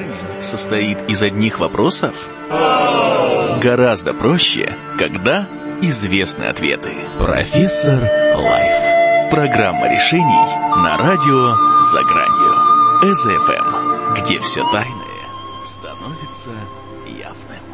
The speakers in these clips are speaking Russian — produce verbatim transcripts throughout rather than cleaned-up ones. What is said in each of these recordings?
жизнь состоит из одних вопросов? Гораздо проще, когда известны ответы. Профессор Лайф. Программа решений на радио «За гранью». эс эф эм, где все тайное становится явным.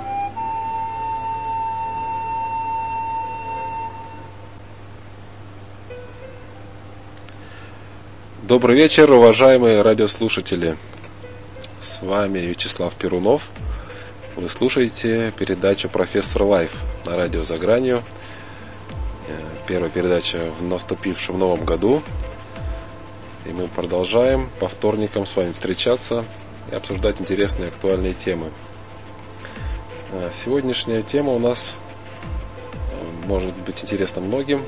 Добрый вечер, уважаемые радиослушатели. С вами Вячеслав Перунов. Вы слушаете передачу «Профессор Лайф» на радио «За гранью». Первая передача в наступившем новом году. И мы продолжаем по вторникам с вами встречаться и обсуждать интересные актуальные темы. Сегодняшняя тема у нас может быть интересна многим.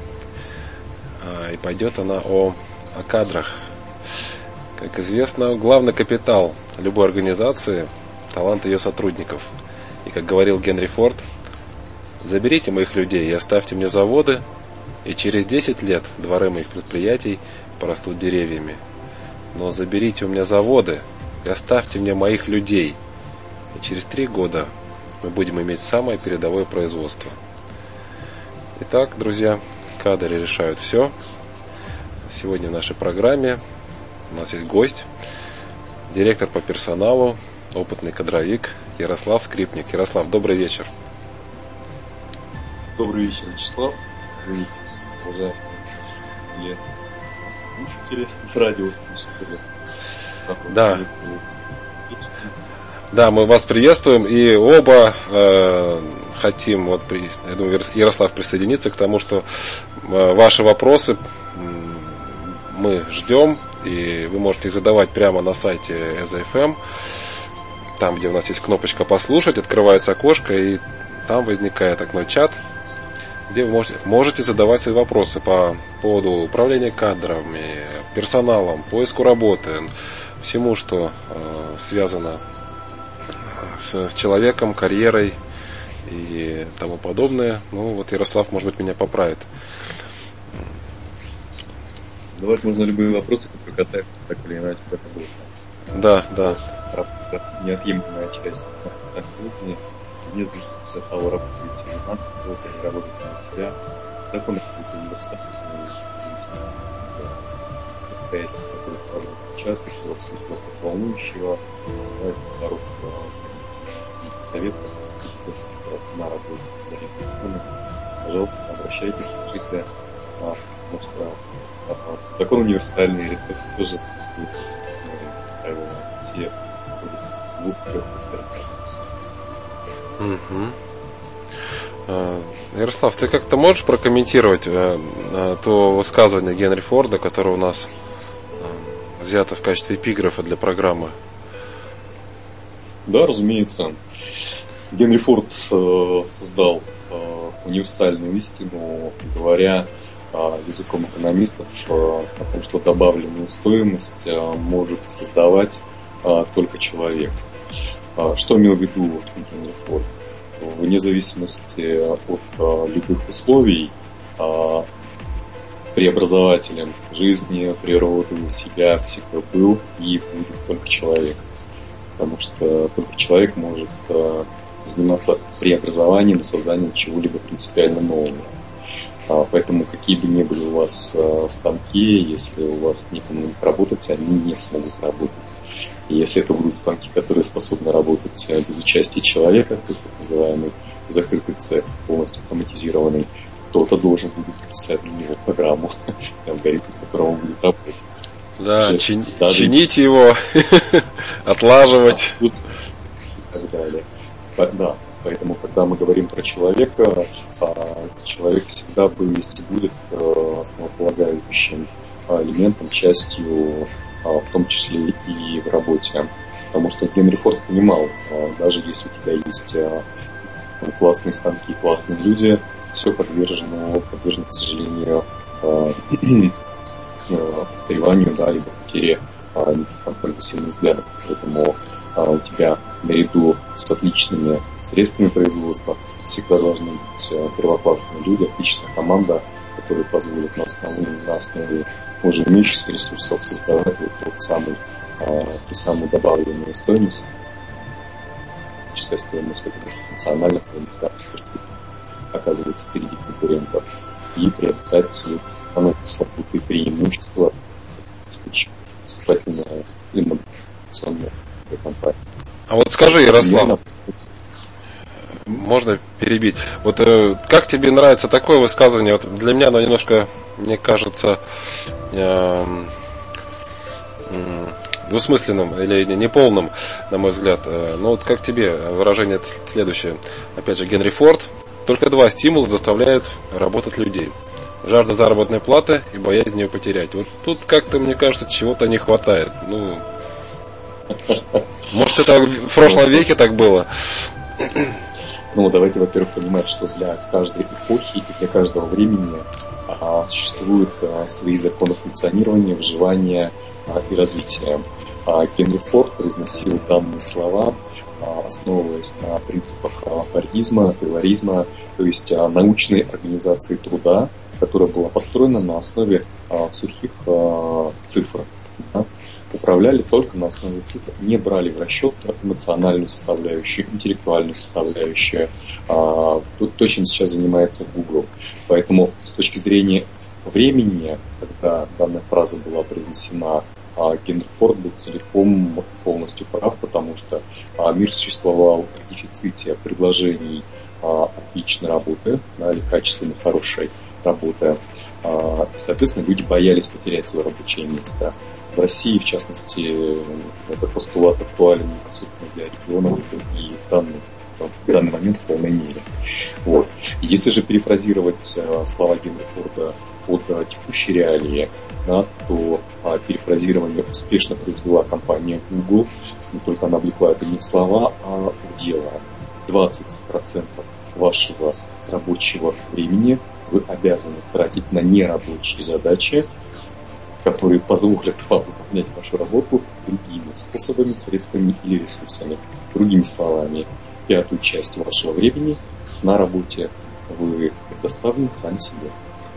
И пойдет она о, о кадрах. Как известно, главный капитал любой организации – талант ее сотрудников. И как говорил Генри Форд, заберите моих людей и оставьте мне заводы, и через десять лет дворы моих предприятий порастут деревьями. Но заберите у меня заводы и оставьте мне моих людей, и через три года мы будем иметь самое передовое производство. Итак, друзья, кадры решают все. Сегодня в нашей программе у нас есть гость, директор по персоналу, опытный кадровик Ярослав Скрипник. Ярослав, добрый вечер. Добрый вечер, Вячеслав. Уважаемые слушатели, радиослушатели. Да. Да, мы вас приветствуем и оба э, хотим, вот, при, я думаю, Ярослав присоединиться к тому, что э, ваши вопросы мы ждем, и вы можете их задавать прямо на сайте эс эф эм, там, где у нас есть кнопочка «Послушать», открывается окошко, и там возникает окно «Чат», где вы можете, можете задавать свои вопросы по поводу управления кадрами, персоналом, поиску работы, всему, что э, связано с, с человеком, карьерой и тому подобное. Ну, вот Ярослав, может быть, меня поправит. Задавать можно любые вопросы, которые касаются так или иначе работы. Да, да. Работа – неотъемлемая часть профессиональной жизни, вне зависимости от того, работаете или на работе, или работаете на себя. Законы какие-то универсальные, обстоятельства, которые складываются часто, что волнующие вас, бывает здоров, совет, как на работе, пожалуйста, обращайтесь, пишите, потому что закон универсальный, или это тоже правила все двух-трех Угу. Ярослав, ты как-то можешь прокомментировать э, то высказывание Генри Форда, которое у нас э, взято в качестве эпиграфа для программы? Да, разумеется. Генри Форд э, создал э, универсальную истину, говоря э, языком экономистов э, о том, что добавленную стоимость э, может создавать э, только человек. Э, что имел в виду Генри Форд? Вне зависимости от а, любых условий а, преобразователем жизни, природы, себя всегда был и будет только человек. Потому что только человек может а, заниматься преобразованием и созданием чего-либо принципиально нового. А, поэтому какие бы ни были у вас а, станки, если у вас некому на них работать, они не смогут работать. И если это будут станки, которые способны работать без участия человека, то есть так называемый закрытый цех, полностью автоматизированный, кто-то должен будет писать для него программу, алгоритм, по которому он будет работать. Да, Уже, чин, даже... чинить его, отлаживать. И так далее. Да, поэтому, когда мы говорим про человека, человек всегда есть и будет основополагающим элементом, частью, в том числе и в работе. Потому что Генри Форд понимал, даже если у тебя есть классные станки, классные люди, все подвержено, подвержено, к сожалению, остареванию, да, либо потере профессиональных взглядов. Поэтому у тебя наряду с отличными средствами производства всегда должны быть первоклассные люди, отличная команда, которая позволит на основе, на основе уже имеющихся ресурсов создавать вот тот самый ту самую добавленную стоимость, чистая стоимость национальных рынков, оказывается впереди конкурентов, и приобретать самые слабые преимущества спасательной инновационной компании. А вот скажи, Ярослав, можно перебить? Вот э, как тебе нравится такое высказывание? Вот для меня оно немножко, мне кажется, э, э, двусмысленным или неполным, на мой взгляд. Э, но вот как тебе выражение следующее? Опять же, Генри Форд. Только два стимула заставляют работать людей. Жажда заработной платы и боязнь ее потерять. Вот тут как-то, мне кажется, чего-то не хватает. Ну, может, это в прошлом веке так было? Ну, давайте, во-первых, понимать, что для каждой эпохи и для каждого времени а, существуют а, свои законы функционирования, выживания а, и развития. А, Генри Форд произносил данные слова, а, основываясь на принципах а, фордизма, тейлоризма, то есть а, научной организации труда, которая была построена на основе а, сухих а, цифр. Да? Управляли только на основе цифр, не брали в расчет эмоциональную составляющую, интеллектуальную составляющую, а, то, то, чем сейчас занимается Google. Поэтому с точки зрения времени, когда данная фраза была произнесена, а, Генри Форд был целиком полностью прав, потому что а, мир существовал в дефиците предложений а, отличной работы, да, или качественной, хорошей работы. А, и, соответственно, люди боялись потерять свое рабочее место. В России, в частности, этот постулат актуален непосредственно для регионов и в данный, в данный момент в полной мере. Вот. Если же перефразировать э, слова Генри Форда под э, текущие реалии, да, то э, перефразирование успешно произвела компания Google, но только она облекла это не в слова, а в дело. двадцать процентов вашего рабочего времени вы обязаны тратить на нерабочие задачи, которые позволят вам выполнять вашу работу другими способами, средствами или ресурсами. Другими словами, пятую часть вашего времени на работе вы предоставлены сами себе.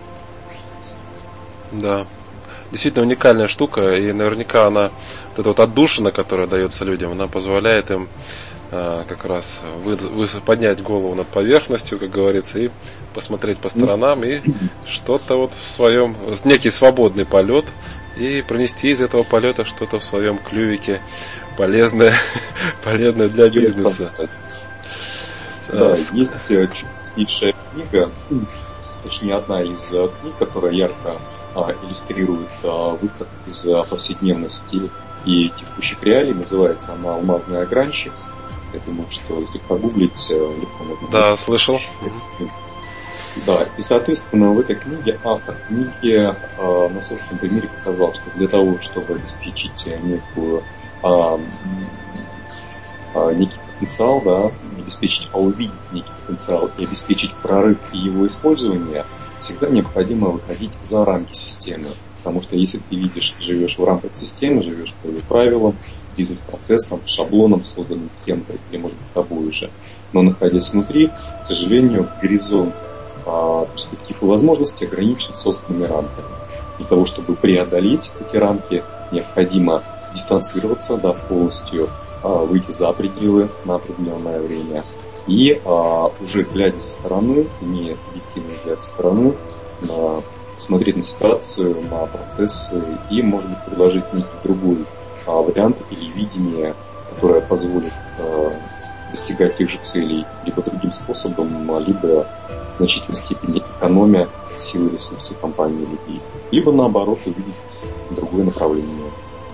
Да, действительно уникальная штука, и наверняка она, вот эта вот отдушина, которая дается людям, она позволяет им а, как раз вы, вы, поднять голову над поверхностью, как говорится, и посмотреть по сторонам, и что-то вот в своем, некий свободный полет, и пронести из этого полета что-то в своем клювике полезное, полезное для бизнеса. Да, есть чудесная книга, точнее одна из книг, которая ярко а, иллюстрирует а, выход из а, повседневности и текущих реалий, называется она «Алмазный огранщик». Я думаю, что если погуглить, легко можно... Да, слышал. Да, и, соответственно, в этой книге автор книги э, на собственном примере показал, что для того, чтобы обеспечить некую, э, э, некий потенциал, да, обеспечить, а увидеть некий потенциал и обеспечить прорыв и его использование, всегда необходимо выходить за рамки системы. Потому что если ты видишь, живешь в рамках системы, живешь по ее правилам, бизнес-процессам, шаблонам, созданным кем-то или, может быть, тобой же, но находясь внутри, к сожалению, горизонт а, перспектив и возможностей ограничен собственными рамками. Для того, чтобы преодолеть эти рамки, необходимо дистанцироваться, да, полностью а, выйти за пределы на определенное время и а, уже глядя со стороны, имея объективный взгляд со стороны, на посмотреть на ситуацию, на процессы и, может быть, предложить некий другой а, вариант или видение, которое позволит а, достигать тех же целей либо другим способом, либо в значительной степени экономя силы и ресурсы компании людей, либо наоборот увидеть другое направление.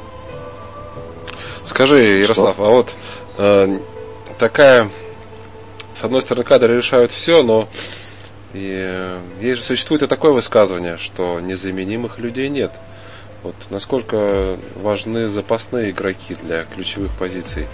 Скажи, Ярослав, Что? а вот э, такая, с одной стороны, кадры решают все, но и, есть же, существует и такое высказывание, что незаменимых людей нет. Вот насколько важны запасные игроки для ключевых позиций?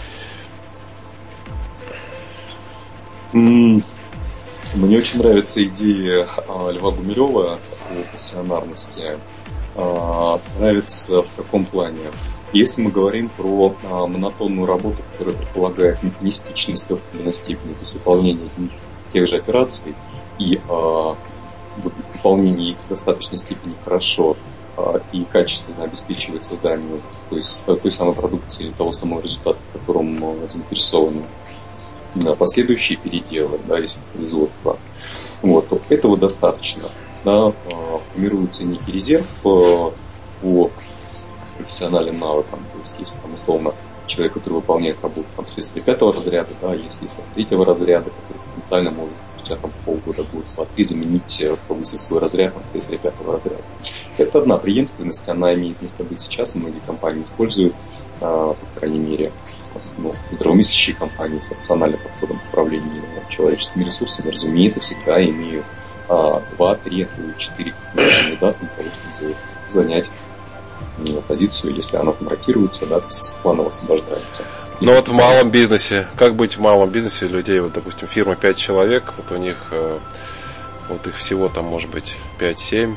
Mm. Мне очень нравится идея а, Льва Гумилева о пассионарности. А, нравится в каком плане? Если мы говорим про а, монотонную работу, которая предполагает механистичность в определенной степени, то есть выполнение тех же операций и а, выполнение их в достаточной степени хорошо, и качественно обеспечивает создание той, той самой продукции или того самого результата, в котором заинтересованы последующие переделы, да, если производство, вот, то этого достаточно. Да, формируется некий резерв по профессиональным навыкам, то есть если там условно человек, который выполняет работу там, слесаря пятого разряда, да, есть слесарь третьего разряда, который потенциально может спустя там, полгода будет два-три заменить, повысив свой разряд на слесаря пятого разряда. Это одна преемственность, она имеет место быть сейчас, многие компании используют, а, по крайней мере, ну, здравомыслящие компании с рациональным подходом к управлению человеческими ресурсами, разумеется, всегда имеют а, два, три, четыре кандидата для того, чтобы занять позицию, если она контрактируется, да, то есть планово освобождается. Но вот в малом бизнесе, как быть в малом бизнесе людей, вот, допустим, фирма пять человек, вот у них, вот их всего там может быть пять-семь.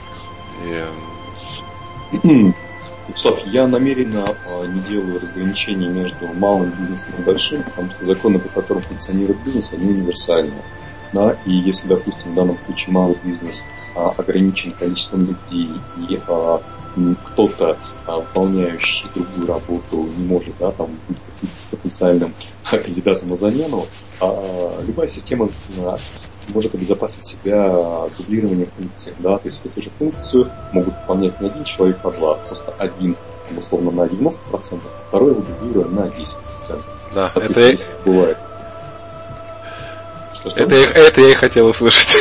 И... Слав, я намеренно не делаю разграничений между малым бизнесом и большим, потому что законы, по которым функционирует бизнес, они универсальны. Да, и если, допустим, в данном случае малый бизнес а, ограничен количеством людей и а, кто-то, а, выполняющий другую работу, не может, да, там, быть потенциальным кандидатом на замену, а любая система а, может обезопасить себя дублированием функций. Да? То есть эту же функцию могут выполнять не один человек, а два. Просто один, условно, на девяносто процентов, а второй его дублируя на десять процентов. Да, это я... бывает. Что, что это, я, это я и хотел услышать.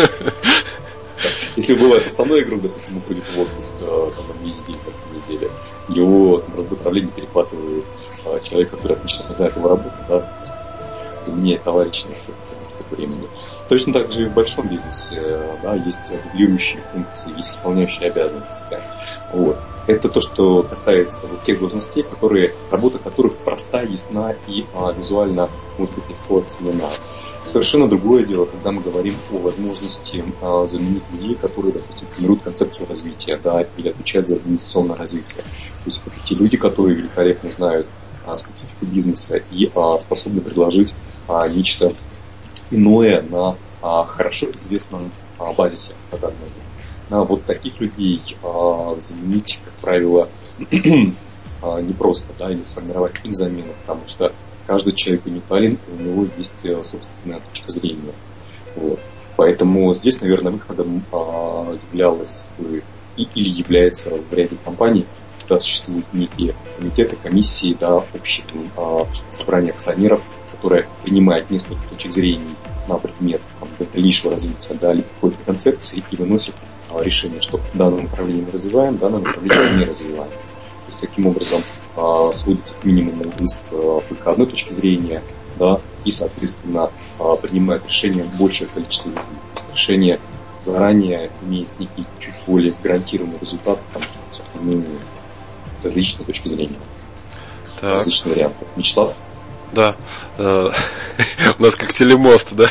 Если бывает основной игрок, допустим, уходит в отпуск там, на две недели, как в неделю, его раздоправление перехватывает а, человек, который отлично знает его работу, да, заменяет товарища на времени. Точно так же и в большом бизнесе, да, есть дублирующие функции, есть исполняющие обязанности. Вот. Это то, что касается вот тех должностей, которые, работа которых проста, ясна и а, визуально, может быть, легко оценена. Совершенно другое дело, когда мы говорим о возможности а, заменить людей, которые, допустим, формируют концепцию развития, да, или отвечают за организационное развитие. То есть это те люди, которые великолепно знают а, специфику бизнеса и а, способны предложить а, нечто иное на а, хорошо известном а, базисе. А, вот таких людей а, заменить, как правило, а, непросто, да, или сформировать им замену, потому что каждый человек уникален, и у него есть собственная точка зрения. Вот. Поэтому здесь, наверное, выходом а, являлось бы и, или является в ряде компаний, когда существуют некие комитеты, комиссии, да, общие а, собрания акционеров, которые принимают несколько точек зрений на предмет там, дальнейшего развития, да, или какой-то концепции и выносят а, решение, что в данном направлении мы развиваем, в данном направлении не развиваем. То есть таким образом а, сводится к минимуму риск а, только одной точки зрения, да, и, соответственно, а, принимает решение большее количество людей. То есть решение заранее имеет некий чуть более гарантированный результат, потому что все-таки мы различные точки зрения, так. различные варианты. Вячеслав? Да, у нас как телемост, да.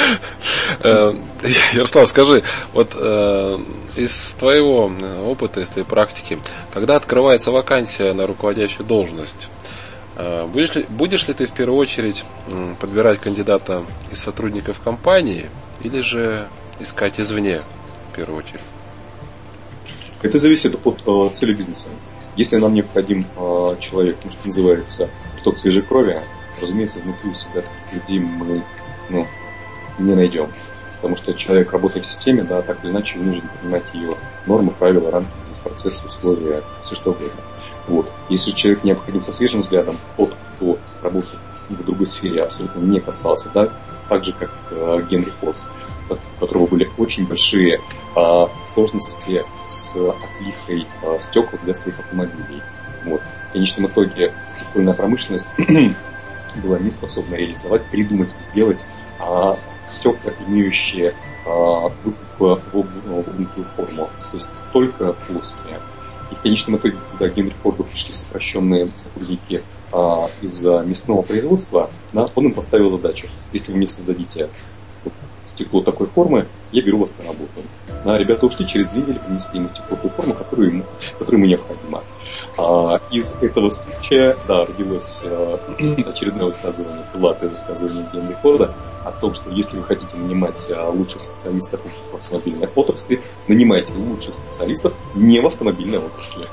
Ярослав, скажи, вот из твоего опыта, из твоей практики, когда открывается вакансия на руководящую должность, будешь ли, будешь ли ты в первую очередь подбирать кандидата из сотрудников компании или же искать извне в первую очередь? Это зависит от цели бизнеса. Если нам необходим человек, ну, что называется, приток свежей крови, разумеется, внутри у себя таких людей мы ну, не найдем. Потому что человек, работая в системе, да, так или иначе вынужден понимать ее нормы, правила, рамки, бизнес-процессы, условия, все что угодно. Вот. Если человек необходим со свежим взглядом, тот, кто работает в другой сфере, абсолютно не касался, да, так же, как э, Генри Форд, у которого были очень большие э, сложности с отливкой э, стекол для своих автомобилей. Вот. В конечном итоге стекольная промышленность была не способна реализовать, придумать и сделать а, стекла, имеющие а, вогнутую форму, то есть только плоские. И в конечном итоге, когда к Генри Форду пришли сокращенные сотрудники а, из мясного производства, да, он им поставил задачу: если вы мне создадите вот, стекло такой формы, я беру вас на работу. А, ребята ушли, через две недели принесли ему стекло той формы, которую ему, которая ему необходима. А, из этого случая, да, родилось а, очередное высказывание, крылатое высказывание Генри Форда: о том, что если вы хотите нанимать лучших специалистов в автомобильной отрасли, нанимайте лучших специалистов не в автомобильной отрасли.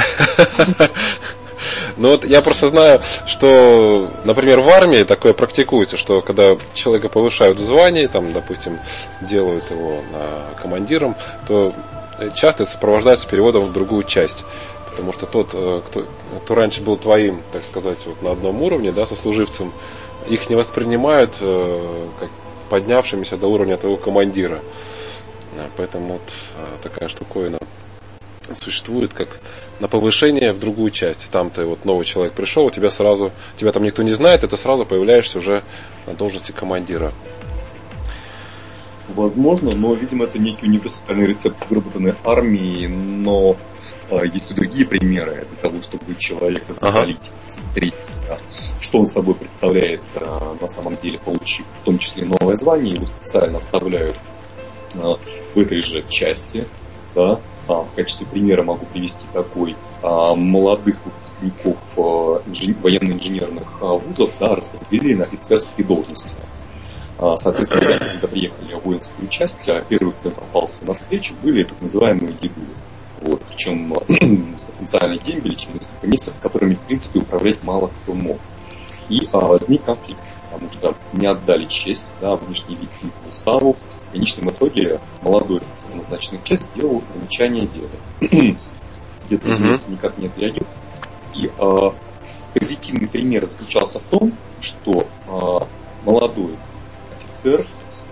Ну вот я просто знаю, что, например, в армии такое практикуется, что когда человека повышают в звании, там, допустим, делают его командиром, то часто это сопровождается переводом в другую часть. Потому что тот, кто, кто раньше был твоим, так сказать, вот на одном уровне, да, сослуживцем, их не воспринимают как поднявшимися до уровня твоего командира. Поэтому вот такая штуковина существует, как на повышение в другую часть. Там ты вот новый человек пришел, у тебя сразу, тебя там никто не знает, и ты сразу появляешься уже на должности командира. Возможно, но, видимо, это некий универсальный рецепт выработанной армии, но а, есть и другие примеры для того, чтобы человека закалить, ага. смотреть, а, что он собой представляет а, на самом деле, получив в том числе новое звание, его специально оставляют а, в этой же части, да. А, в качестве примера могу привести такой а, молодых выпускников а, инжен... военно-инженерных а, вузов, да, распределили на офицерские должности. Соответственно, когда приехали в воинскую часть, первый, кто попался на встречу, были так называемые дедули. Вот, причем потенциальные дембели через несколько месяцев, которыми, в принципе, управлять мало кто мог. И а, возник конфликт, потому что не отдали честь, да, внешний вид по уставу. В конечном итоге молодой офицер, назначенный в часть, сделал замечание деда. Дед, разумеется, никак не отреагировал. И а, позитивный пример заключался в том, что а, молодой офицер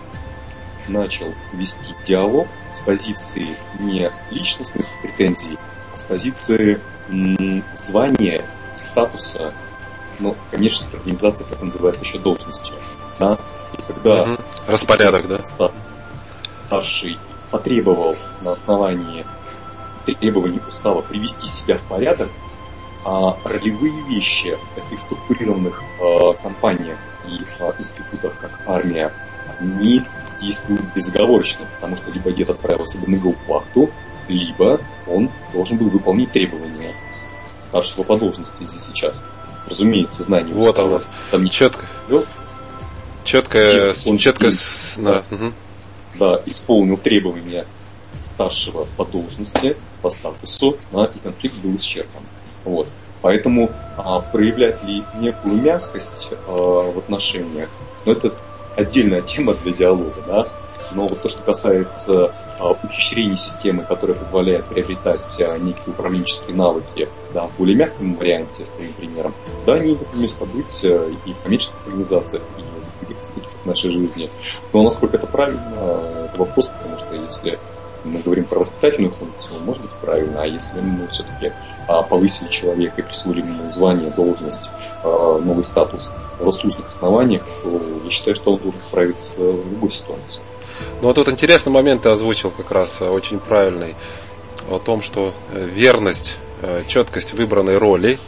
начал вести диалог с позиции не личностных претензий, а с позиции м, звания, статуса, ну, конечно, организация это называется еще должностью. Да? И когда угу. распорядок, да? Старший потребовал на основании требований устава привести себя в порядок, а ролевые вещи в таких структурированных э, компаниях и э, институтах, как армия, они действуют безоговорочно, потому что либо дед отправился бы на гауптвахту, либо он должен был выполнить требования старшего по должности здесь сейчас. Разумеется, знание вот устава. Он, там не четко. Да? Четко, он четко, и, да. Да, угу. да, исполнил требования старшего по должности, по статусу, да, и конфликт был исчерпан. Вот. Поэтому а, проявлять ли некую мягкость а, в отношениях, ну, это отдельная тема для диалога, да. Но вот то, что касается а, ухищрений системы, которая позволяет приобретать а, некие управленческие навыки, да, в более мягком варианте, с твоим примером, да, они имеют место быть а, и в коммерческих организациях, и в других институтах нашей жизни. Но насколько это правильно, это вопрос, потому что если мы говорим про воспитательную функцию, может быть правильно, а если мы все-таки а, повысили человека и присвоили ему звание, должность, а, новый статус на заслуженных основаниях, то я считаю, что он должен справиться в любой ситуации. Ну вот тут интересный момент ты озвучил как раз, очень правильный, о том, что верность, четкость выбранной роли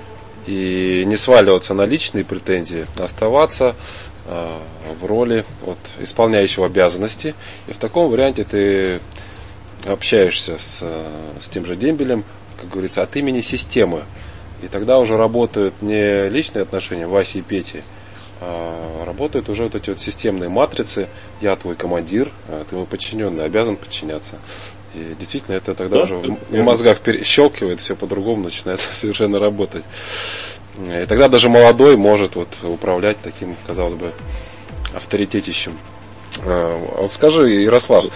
и не сваливаться на личные претензии, оставаться в роли вот, исполняющего обязанности. И в таком варианте ты общаешься с, с тем же дембелем, как говорится, от имени системы. И тогда уже работают не личные отношения Васи и Пети, а работают уже вот эти вот системные матрицы. Я твой командир, ты мой подчиненный, обязан подчиняться. И действительно это тогда да, уже в, в мозгах перещелкивает, все по-другому начинает совершенно работать. И тогда даже молодой может вот управлять таким, казалось бы, авторитетищем. А, вот скажи, Ярослав.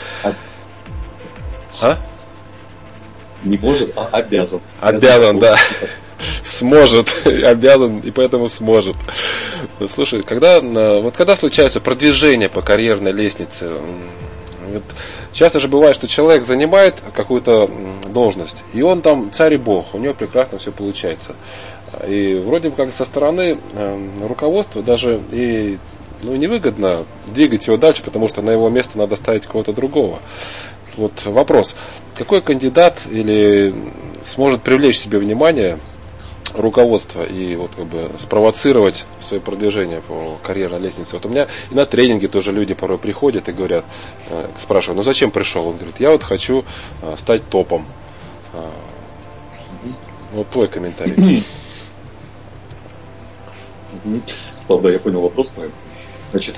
А? Не может, а обязан. Обязан, да. Сможет, обязан, и поэтому сможет. Слушай, когда, вот когда случается продвижение по карьерной лестнице, вот, часто же бывает, что человек занимает какую-то должность, и он там царь и бог, у него прекрасно все получается. И вроде бы как со стороны руководства даже и ну, невыгодно двигать его дальше, потому что на его место надо ставить кого-то другого. Вот вопрос, какой кандидат или сможет привлечь себе внимание руководства и вот как бы спровоцировать свое продвижение по карьерной лестнице. Вот у меня и на тренинге тоже люди порой приходят и говорят, э, спрашивают, ну зачем пришел? Он говорит, я вот хочу э, стать топом. Э, вот твой комментарий. Слава, да, я понял вопрос, наверное. Значит,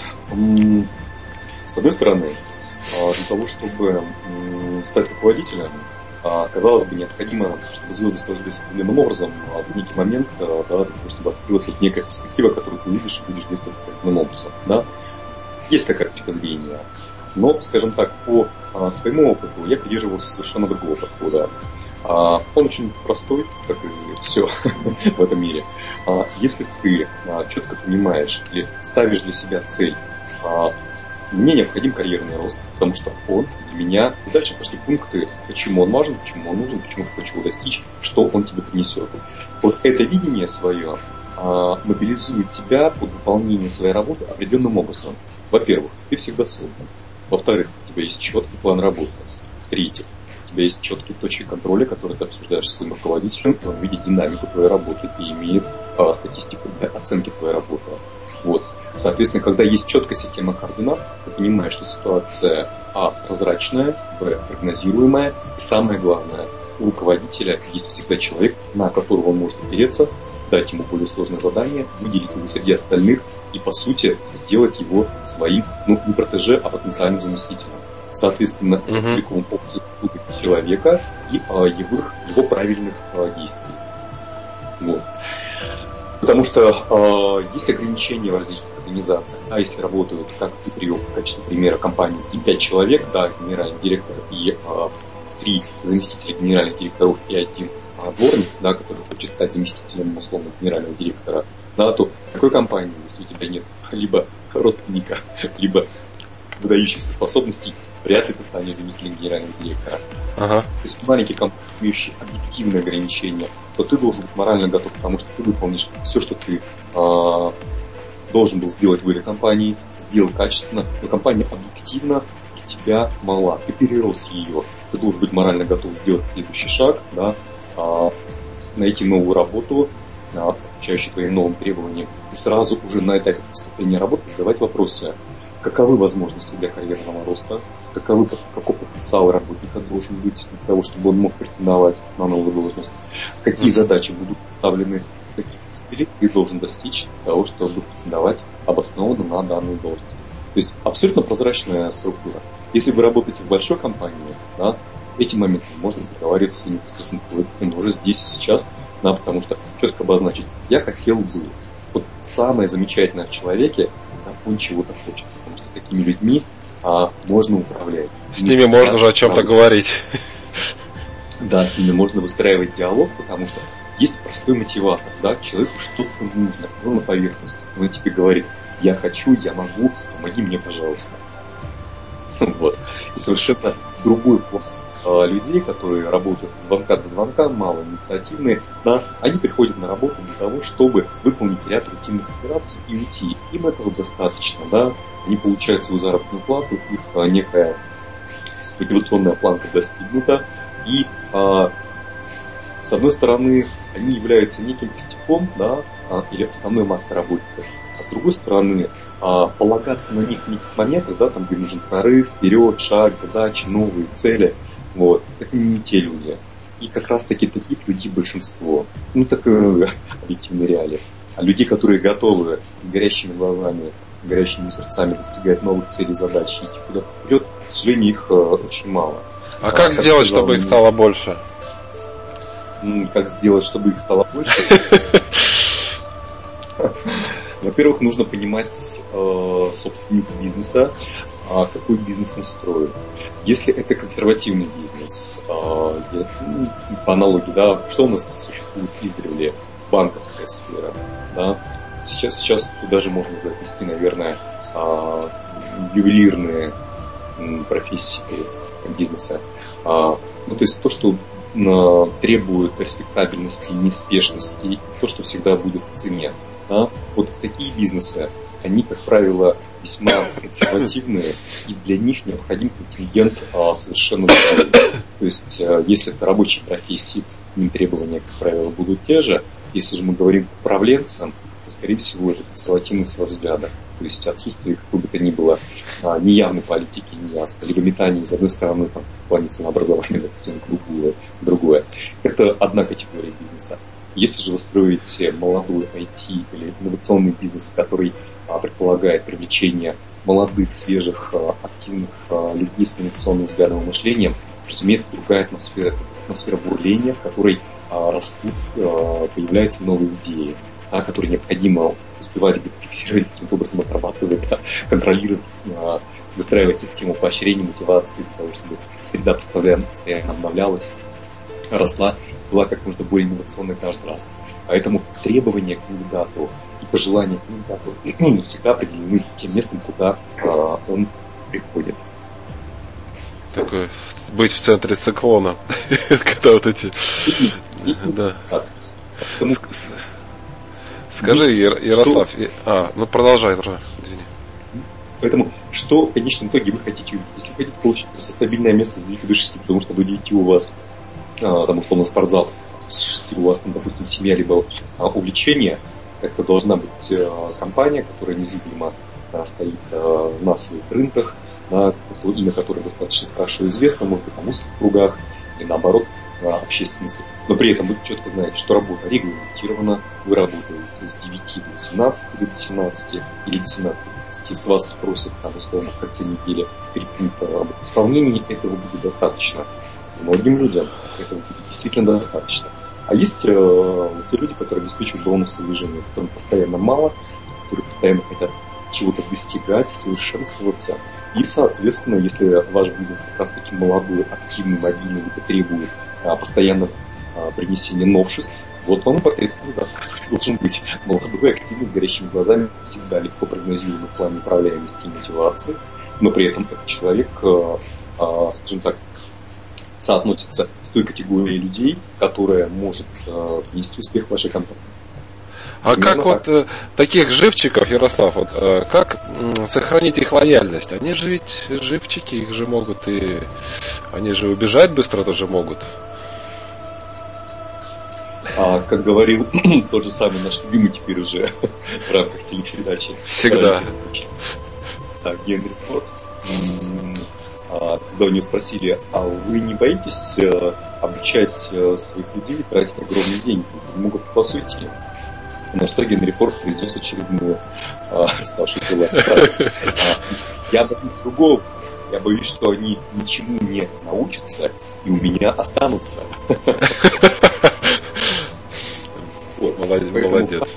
с одной стороны, для того, чтобы стать руководителем, казалось бы, необходимо, чтобы звезды сложились определенным образом, а в некий момент, да, для того, чтобы открылась некая перспектива, которую ты увидишь и будешь действовать определенным образом. Да? Есть такая точка зрения. Но, скажем так, по а, своему опыту я придерживался совершенно другого подхода. А, он очень простой, как и все в этом мире. А, если ты а, четко понимаешь или ставишь для себя цель, а, мне необходим карьерный рост, потому что он для меня... И дальше пошли пункты, почему он важен, почему он нужен, почему ты хочешь его достичь, что он тебе принесет. Вот это видение свое а, мобилизует тебя под выполнение своей работы определенным образом. Во-первых, ты всегда создан. Во-вторых, у тебя есть четкий план работы. В-третьих, у тебя есть четкие точки контроля, которые ты обсуждаешь с своим руководителем, и он видит динамику твоей работы и имеет а, статистику для оценки твоей работы. Вот. Соответственно, когда есть четкая система координат, ты понимаешь, что ситуация а. прозрачная, б. прогнозируемая, и самое главное, у руководителя есть всегда человек, на которого он может опереться, дать ему более сложное задание, выделить его среди остальных и, по сути, сделать его своим, ну, не протеже, а потенциальным заместителем. Соответственно, uh-huh. целиком опыт человека и а, его, его правильных а, действий. Вот. Потому что э, есть ограничения в различных организациях. А если работают, как ты привел в качестве примера, компании пять человек, да, генеральный директор и э, три заместителя генеральных директоров и один э, дворник, да, который хочет стать заместителем условно генерального директора, да, то в такой компании, если у тебя нет либо родственника, либо выдающихся способностей, вряд ли ты станешь заместителем генерального директора. Ага. То есть маленький компании, имеющий объективные ограничения, то ты должен быть морально готов, потому что ты выполнишь все, что ты э, должен был сделать в этой компании, сделал качественно, но компания объективно для тебя мала, ты перерос ее, ты должен быть морально готов сделать следующий шаг, да, э, найти новую работу, э, отвечающую твоим новым требованиям, и сразу уже на этапе поступления работы задавать вопросы. Каковы возможности для карьерного роста, каковы, какой потенциал работника должен быть для того, чтобы он мог претендовать на новую должность, какие задачи будут поставлены, каких целей ты должен достичь для того, чтобы претендовать обоснованно на данную должность. То есть абсолютно прозрачная структура. Если вы работаете в большой компании, да, эти моменты можно договариваться непосредственно уже здесь и сейчас, да, потому что четко обозначить, я хотел бы. Вот самое замечательное в человеке, он чего-то хочет, потому что такими людьми а, можно управлять. С ними можно же о чем-то говорить. Да, с ними можно выстраивать диалог, потому что есть простой мотиватор, да, человеку что-то нужно, ну, на поверхности. Он тебе говорит, я хочу, я могу, помоги мне, пожалуйста. Вот. И совершенно другой пласт а, людей, которые работают от звонка до звонка, мало инициативные, да, они приходят на работу для того, чтобы выполнить ряд рутинных операций и уйти. Им этого достаточно, да. Они получают свою заработную плату, их а, некая мотивационная планка достигнута, и а, с одной стороны, они являются неким костяком, да, а, или основной массой работников, а с другой стороны, а, полагаться на них в неких моментах, да, там, где нужен прорыв, вперед, шаг, задачи, новые цели, вот, это не те люди. И как раз таки таких людей большинство. Ну, так э, объективные реалии. А людей, которые готовы с горящими глазами, горящими сердцами достигать новых целей, задач и идти куда-то вперед, к сожалению, их э, очень мало. А, а как, как сделать, сказал, чтобы их стало больше? Как сделать, чтобы их стало больше? Во-первых, нужно понимать э, собственника бизнеса, э, какой бизнес он строит. Если это консервативный бизнес, э, я, ну, по аналогии, да, что у нас существует издревле? Банковская сфера. Да? Сейчас, сейчас туда же можно записать, наверное, э, ювелирные э, профессии бизнеса. Э, ну, то есть то, что э, требует респектабельности, неспешности, и то, что всегда будет в цене. Да? Вот такие бизнесы, они, как правило, весьма консервативные, и для них необходим контингент а, совершенно другой. То есть, а, если это рабочие профессии, требования, как правило, будут те же. Если же мы говорим к управленцам, то, скорее всего, это консервативность во взглядах. То есть, отсутствие какой бы то ни было а, неявной политики, неясно, либо метание из одной стороны там, в плане ценообразования, допустим, другое, другое. Это одна категория бизнеса. Если же вы строите молодой ай ти или инновационный бизнес, который предполагает привлечение молодых, свежих, активных людей с инновационным взглядом и мышлением, разумеется, другая атмосфера, атмосфера бурления, в которой растут, появляются новые идеи, да, которые необходимо успевать фиксировать, каким-то образом отрабатывать, да, контролировать, выстраивать систему поощрения, мотивации, для того, чтобы среда постоянно, постоянно обновлялась, росла, была как можно более инновационной каждый раз. Поэтому требования к кандидату и пожелания к кандидату не всегда определены тем местом, куда он приходит. Такой, быть в центре циклона, когда вот эти... Да. Скажи, Ярослав, а, ну продолжай, извини. Поэтому, что в конечном итоге вы хотите увидеть? Если вы хотите получить просто стабильное место с девяти до шести, потому что вы видите у вас, а, там, условно, спортзал, у вас, там, допустим, семья, либо а, увлечение, это должна быть а, компания, которая незыблемо а, стоит а, на своих рынках, на, имя которое достаточно хорошо известно, может быть, на узких кругах, и наоборот, на общественности. Но при этом вы четко знаете, что работа регламентирована, вы работаете с девяти до восемнадцати, или до семнадцати, или до семнадцати до двадцати, с вас спросят, там, условно, в конце недели перед об исполнении, этого будет достаточно. Многим людям этого будет действительно достаточно. А есть э, те люди, которые обеспечивают бонусное движение, которым постоянно мало, которые постоянно хотят чего-то достигать, совершенствоваться. И, соответственно, если ваш бизнес как раз-таки молодой, активный, мобильный, либо требует а, постоянно а, принесения новшеств, вот он портрет кандидата, который должен быть молодой, активный, с горящими глазами, всегда легко прогнозируемый в плане управляемости и мотивации, но при этом этот человек, а, а, скажем так, соотносится с той категорией людей, которая может а, принести успех в вашей компании. А Именно как вот э, таких живчиков, Ярослав, вот, э, как э, сохранить их лояльность? Они же ведь живчики, их же могут и... Они же убежать быстро тоже могут. А, как говорил тот же самый наш любимый теперь уже в рамках телепередачи. Всегда. Так, Генри Форд. Когда у него спросили, а вы не боитесь обучать своих людей, тратить огромные деньги? Они могут вас уйти. На что Генри Форд произнес очередную а, ставшую а, я боюсь другого. Я боюсь, что они ничему не научатся и у меня останутся. Вот, молодец. молодец.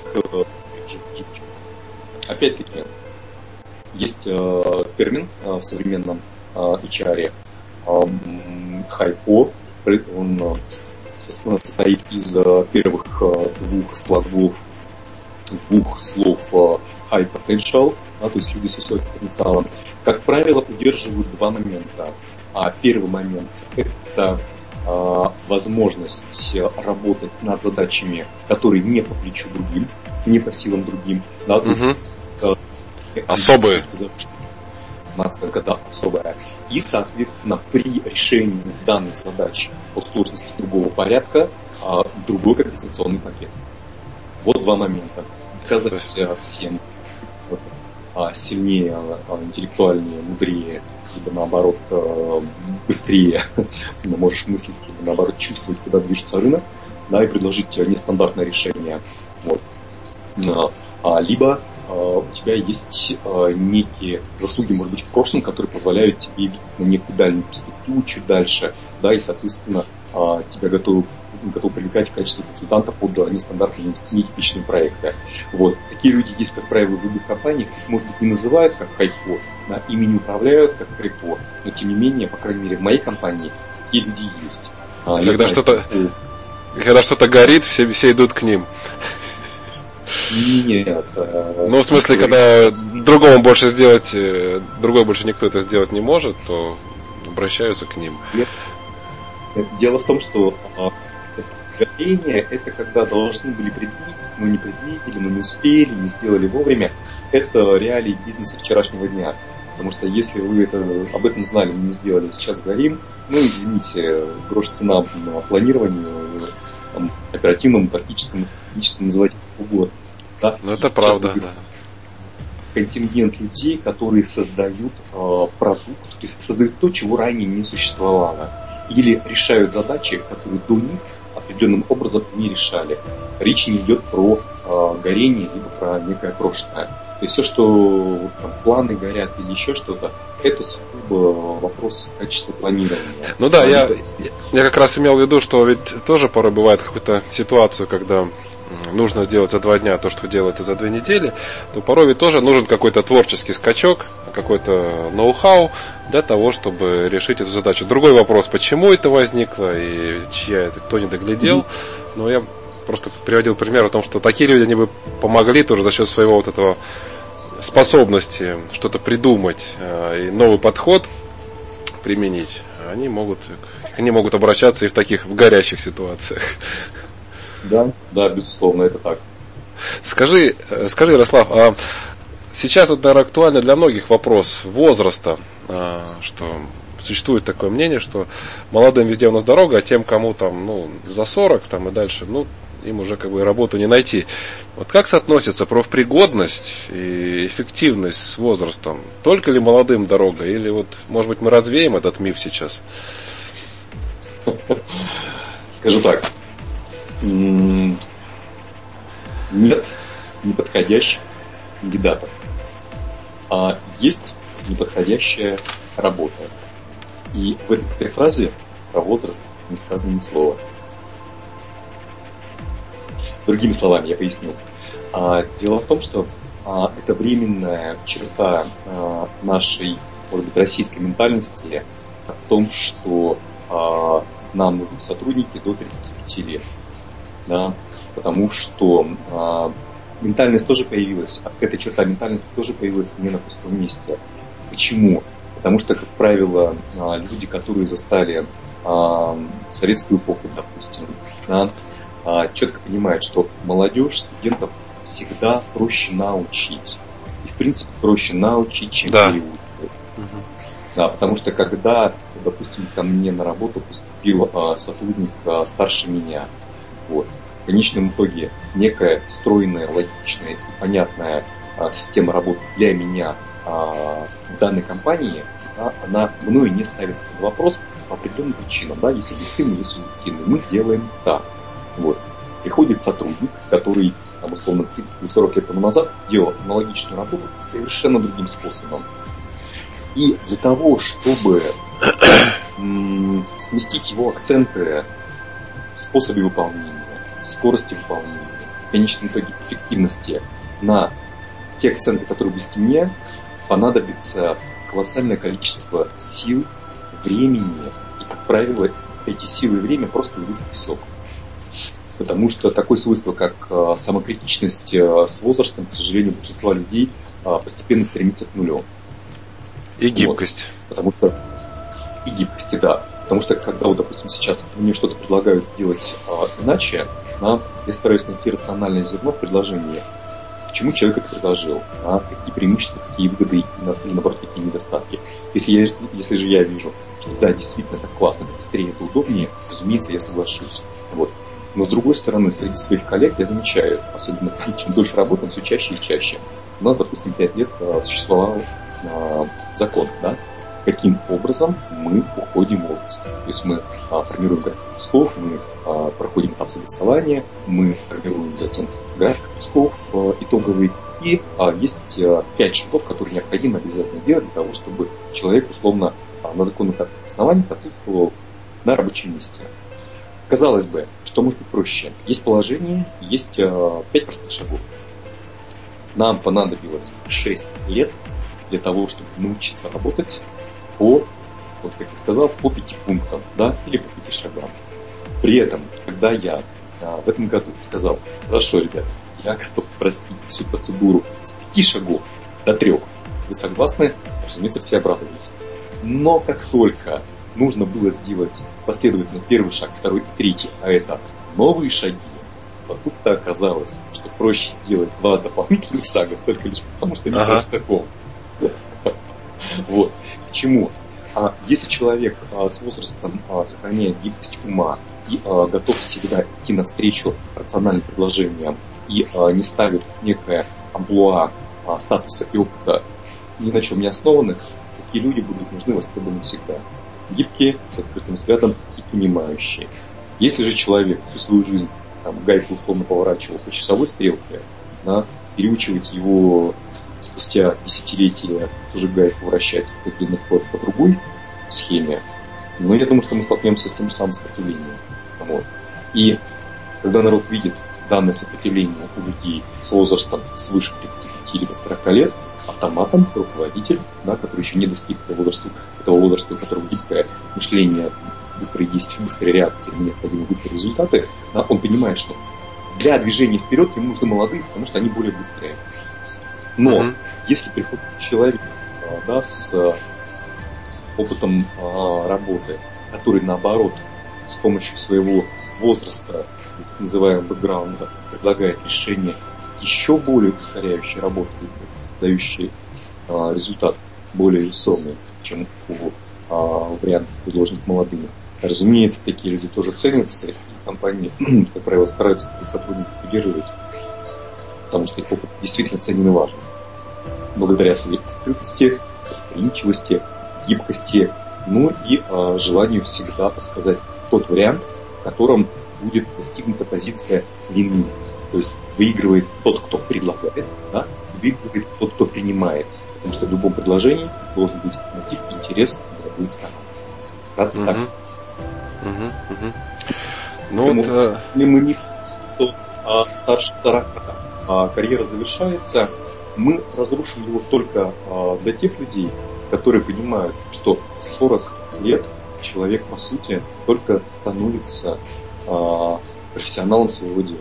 Опять-таки, есть э, термин э, в современном э, эйч ар, э, хайпо. Он э, состоит из э, первых э, двух слогов двух слов high potential, да, то есть люди с высоким потенциалом, как правило, удерживают два момента. А первый момент – это а, возможность работать над задачами, которые не по плечу другим, не по силам другим. Да, угу. а, особые. Наценка, да, особая. И, соответственно, при решении данных задач по сложности другого порядка а, другой компенсационный пакет. Вот два момента. Доказать всем вот, а, сильнее, а, интеллектуальнее, мудрее, либо наоборот а, быстрее ты можешь мыслить, либо наоборот чувствовать, куда движется рынок, да, и предложить нестандартное решение. Вот. А, либо а, у тебя есть а, некие заслуги, может быть, в прошлом, которые позволяют тебе видеть на некую дальнюю перспективу, чуть дальше, да, и, соответственно, а, тебя готовы готов привлекать в качестве консультанта под нестандартные, нетипичные проекты. Вот. Такие люди есть, как правило, в других компаниях, их, может быть, не называют как хайпо, да, ими не управляют как хайпо, но тем не менее, по крайней мере, в моей компании такие люди есть. А, когда, знаю, что-то, что... когда что-то горит, все, все идут к ним. Нет. Ну, в смысле, когда другому больше сделать, другой больше никто это сделать не может, то обращаются к ним. Нет. Дело в том, что горение – это когда должны были предвидеть, но не предвидели, но не успели, не сделали вовремя. Это реалии бизнеса вчерашнего дня. Потому что если вы это, об этом знали, но не сделали, сейчас горим, ну, извините, грош цена на планированию, там, оперативному, тактическому, стратегическому, называть как угодно. Да? Ну, это правда, да. Контингент людей, которые создают э, продукт, то есть создают то, чего ранее не существовало. Или решают задачи, которые до них определенным образом не решали. Речь не идет про э, горение, либо про некое прошлое. То есть все, что вот, там, планы горят или еще что-то, это сугубо вопрос качества планирования. Ну да, я, я как раз имел в виду, что ведь тоже порой бывает какую-то ситуацию, когда нужно сделать за два дня то, что делается за две недели, то порой ведь тоже нужен какой-то творческий скачок, какой-то ноу-хау для того, чтобы решить эту задачу. Другой вопрос, почему это возникло и чья это, кто не доглядел. Mm-hmm. Но я просто приводил пример о том, что такие люди, они бы помогли тоже за счет своего вот этого способности что-то придумать и новый подход применить. Они могут, они могут обращаться и в таких в горячих ситуациях. Да, да, безусловно, это так. Скажи, скажи, Ярослав, а сейчас вот, наверное, актуально для многих вопрос возраста, что существует такое мнение, что молодым везде у нас дорога, а тем, кому там, ну, за сорок там и дальше, ну, им уже как бы работу не найти. Вот как соотносится профпригодность и эффективность с возрастом? Только ли молодым дорога? Или вот, может быть, мы развеем этот миф сейчас? Скажу так. Нет неподходящих кандидатов. А есть неподходящая работа. И в этой фразе про возраст не сказано ни слова. Другими словами, я поясню. А, дело в том, что а, это временная черта а, нашей, может быть, российской ментальности о том, что а, нам нужны сотрудники до тридцати пяти лет. Да? Потому что а, ментальность тоже появилась, а эта черта ментальности тоже появилась не на пустом месте. Почему? Потому что, как правило, а, люди, которые застали а, советскую эпоху, допустим, да, четко понимает, что молодежь, студентов всегда проще научить. И, в принципе, проще научить, чем да. переучивать. Угу. Да, потому что, когда, допустим, ко мне на работу поступил а, сотрудник а, старше меня, вот, в конечном итоге некая стройная, логичная и понятная а, система работы для меня а, в данной компании, да, она мною не ставится под вопрос по определенным причинам. Да, есть объективные, есть субъективные. Мы делаем так. Вот. Приходит сотрудник, который, там, условно, тридцать или сорок лет тому назад делал аналогичную работу совершенно другим способом. И для того, чтобы м- сместить его акценты в способе выполнения, в скорости выполнения, в конечном итоге эффективности на те акценты, которые близки мне, понадобится колоссальное количество сил, времени, и, как правило, эти силы и время просто уйдут в песок. Потому что такое свойство, как э, самокритичность, э, с возрастом, к сожалению, большинство людей э, постепенно стремится к нулю. И гибкость. Вот. Потому что и гибкости, да. Потому что, когда, вот, допустим, сейчас мне что-то предлагают сделать э, иначе, да, я стараюсь найти рациональное зерно в предложении. Почему человек это предложил? Да, какие преимущества, какие выгоды или, наоборот, какие недостатки. Если, я, если же я вижу, что да, действительно, это классно, это быстрее, это удобнее, разумеется, я соглашусь. Вот. Но, с другой стороны, среди своих коллег я замечаю, особенно чем дольше работаем, все чаще и чаще. У нас, допустим, пять лет а, существовал а, закон, да, каким образом мы уходим в отпуск. То есть мы а, формируем график пусков, мы а, проходим этап согласования, мы формируем затем график пусков а, итоговый. И а, есть а, пять шагов, которые необходимо обязательно делать для того, чтобы человек, условно, а, на законных основаниях отсутствовал на рабочем месте. Казалось бы, что может быть проще? Есть положение, есть э, пять простых шагов. Нам понадобилось шесть лет для того, чтобы научиться работать по, вот как я сказал, по пяти пунктам, да, или по пяти шагам. При этом, когда я э, в этом году сказал, хорошо, ребят, я готов простить всю процедуру с пяти шагов до трех, вы согласны? Разумеется, все обрадовались. Но как только нужно было сделать последовательно первый шаг, второй и третий, а это новые шаги, вот тут-то оказалось, что проще делать два дополнительных шага, только лишь потому, что не ага. знаешь какого. Вот. К чему? А если человек а, с возрастом а, сохраняет гибкость ума и а, готов всегда идти навстречу рациональным предложениям и а, не ставит некое амплуа а, статуса и опыта ни на чем не основанных, такие люди будут нужны востребованы всегда. Гибкие, с открытым взглядом и понимающие. Если же человек всю свою жизнь там, гайку условно поворачивал по часовой стрелке, да, переучивать его спустя десятилетия тоже гайку вращать по длинный ход по другой схеме, но я думаю, что мы столкнемся с тем же самым сопротивлением. Вот. И когда народ видит данное сопротивление у людей с возрастом свыше тридцати пяти либо сорока лет, автоматом руководитель, да, который еще не достиг этого возраста, этого возраста, у которого гибкое мышление, быстрые действия, быстрые реакции, необходимы быстрые результаты, да, он понимает, что для движения вперед ему нужны молодые, потому что они более быстрые. Но mm-hmm. если приходит человек, да, с опытом а, работы, который наоборот с помощью своего возраста, так называемого бэкграунда, предлагает решение еще более ускоряющей работы, дающие а, результат более весомый, чем у а, вариантов, предложенных молодыми. Разумеется, такие люди тоже ценятся, и компании, как правило, стараются таких сотрудников поддерживать, потому что их опыт действительно ценен и важен. Благодаря своей открытости, восприимчивости, гибкости, ну и а, желанию всегда подсказать тот вариант, в котором будет достигнута позиция вин-вин. То есть выигрывает тот, кто предлагает, да, выигрывает тот, кто принимает. Потому что в любом предложении должен быть мотив и интерес для обоих сторон. Вкратце uh-huh. так. Uh-huh. Uh-huh. Ну, вот, uh... мы не что а, старше сорока а, карьера завершается, мы разрушим его только а, для тех людей, которые понимают, что в сорок лет человек, по сути, только становится а, профессионалом своего дела.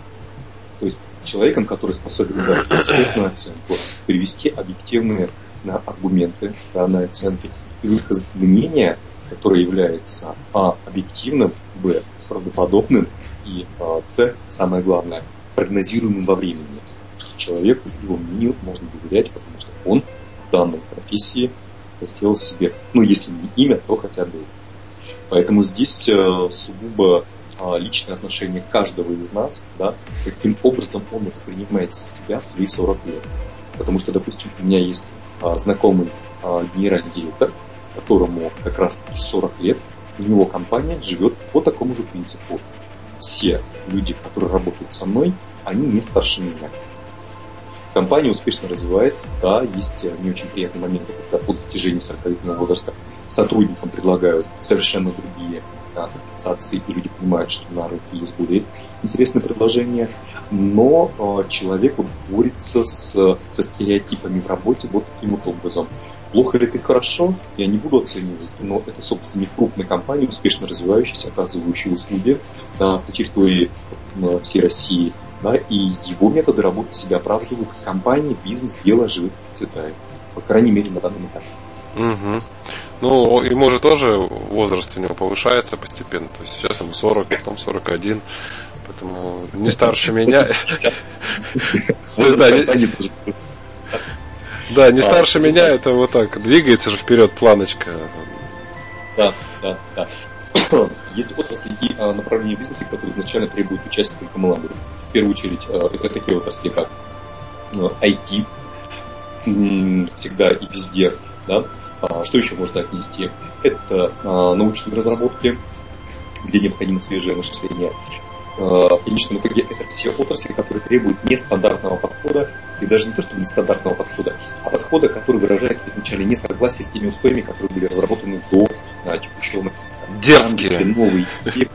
То есть человеком, который способен дать экспертную оценку, привести объективные да, аргументы да, на оценки и высказать мнение, которое является а. объективным, б. правдоподобным и а, с. самое главное, прогнозируемым во времени. Что человеку, его мнению можно доверять, потому что он в данной профессии сделал себе, ну если не имя, то хотя бы. Поэтому здесь а, сугубо личное отношение каждого из нас, да, каким образом он воспринимает себя в свои сорок лет. Потому что, допустим, у меня есть а, знакомый а, генеральный директор, которому как раз сорок лет, у него компания живет по такому же принципу. Все люди, которые работают со мной, они не старше меня. Компания успешно развивается, да, есть не очень приятные моменты, когда по достижению сорокалетнего возраста сотрудникам предлагают совершенно другие компенсации, и люди понимают, что на рынке есть более интересные предложения, но э, человек вот борется с, со стереотипами в работе вот таким вот образом. Плохо ли это хорошо, я не буду оценивать, но это собственник крупной компании, успешно развивающейся, оказывающей услуги да, по территории э, всей России, да, и его методы работы себя оправдывают в компании, бизнес, дело живет, процветает. По крайней мере, на данном этапе. Угу. Ну, ему же тоже возраст у него повышается постепенно. То есть сейчас ему сорок, потом сорок один. Поэтому не старше меня. Да, не старше меня, это вот так. Двигается же вперед планочка. Да, да, да. Есть отрасли и направления бизнеса, которые изначально требуют участия только молодых. В первую очередь, это такие отрасли, как ай ти, всегда и везде, да. Что еще можно отнести? Это а, научные разработки, где необходимо свежее мышление. А, в конечном итоге это все отрасли, которые требуют нестандартного подхода, и даже не то, чтобы нестандартного подхода, а подхода, который выражает изначально несогласие с теми устоями, которые были разработаны до а, текущего момента. Дерзкие. Новые идеи,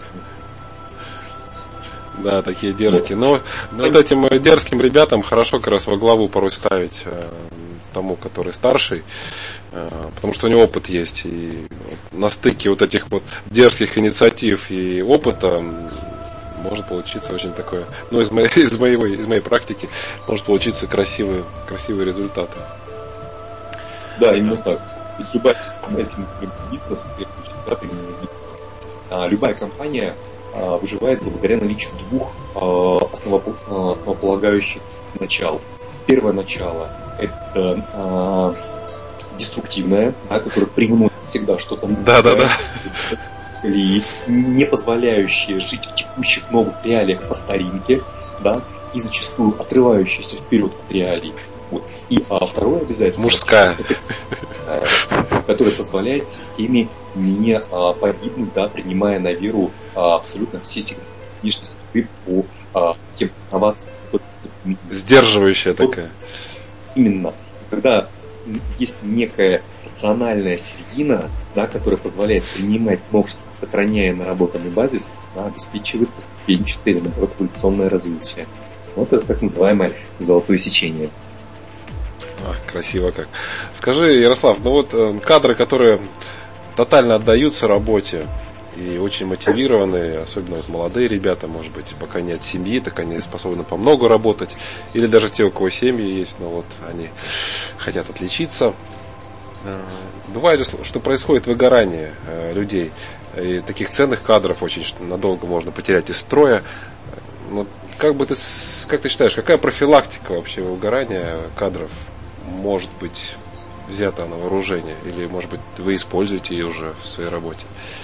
да, такие дерзкие. Но, но вот этим дерзким ребятам хорошо как раз во главу порой ставить э, тому, который старший, э, потому что у него опыт есть. И на стыке вот этих вот дерзких инициатив и опыта может получиться очень такое, ну, из моей, из моей, из моей практики, может получиться красивые, красивые результаты. Да, именно так. Ведь любая система этим бизнес, любая компания выживает благодаря наличию двух основополагающих начал. Первое начало – это э, деструктивное, да, которое привносит всегда что-то новое, да, да, да. и не позволяющее жить в текущих новых реалиях по старинке, да, и зачастую отрывающееся вперед от реалий. Вот. И а, второе обязательно. Мужская. Которая позволяет системе не а, погибнуть, да, принимая на веру а, абсолютно все сигналы, нижней среды по а, тем инновациям. Сдерживающая вот такая. Именно. Когда есть некая рациональная середина, да, которая позволяет принимать новшества, сохраняя наработанный базис, да, обеспечивает ступенчатое, наоборот, эволюционное развитие. Вот это так называемое золотое сечение. А, красиво как. Скажи, Ярослав, ну вот э, кадры, которые тотально отдаются работе и очень мотивированные, особенно вот молодые ребята, может быть, пока нет семьи, так они способны по много работать, или даже те, у кого семьи есть, но вот они хотят отличиться. Бывает же, что происходит выгорание людей, и таких ценных кадров очень надолго можно потерять из строя. Вот как бы ты, как ты считаешь, какая профилактика вообще выгорания кадров может быть взята на вооружение, или, может быть, вы используете ее уже в своей работе?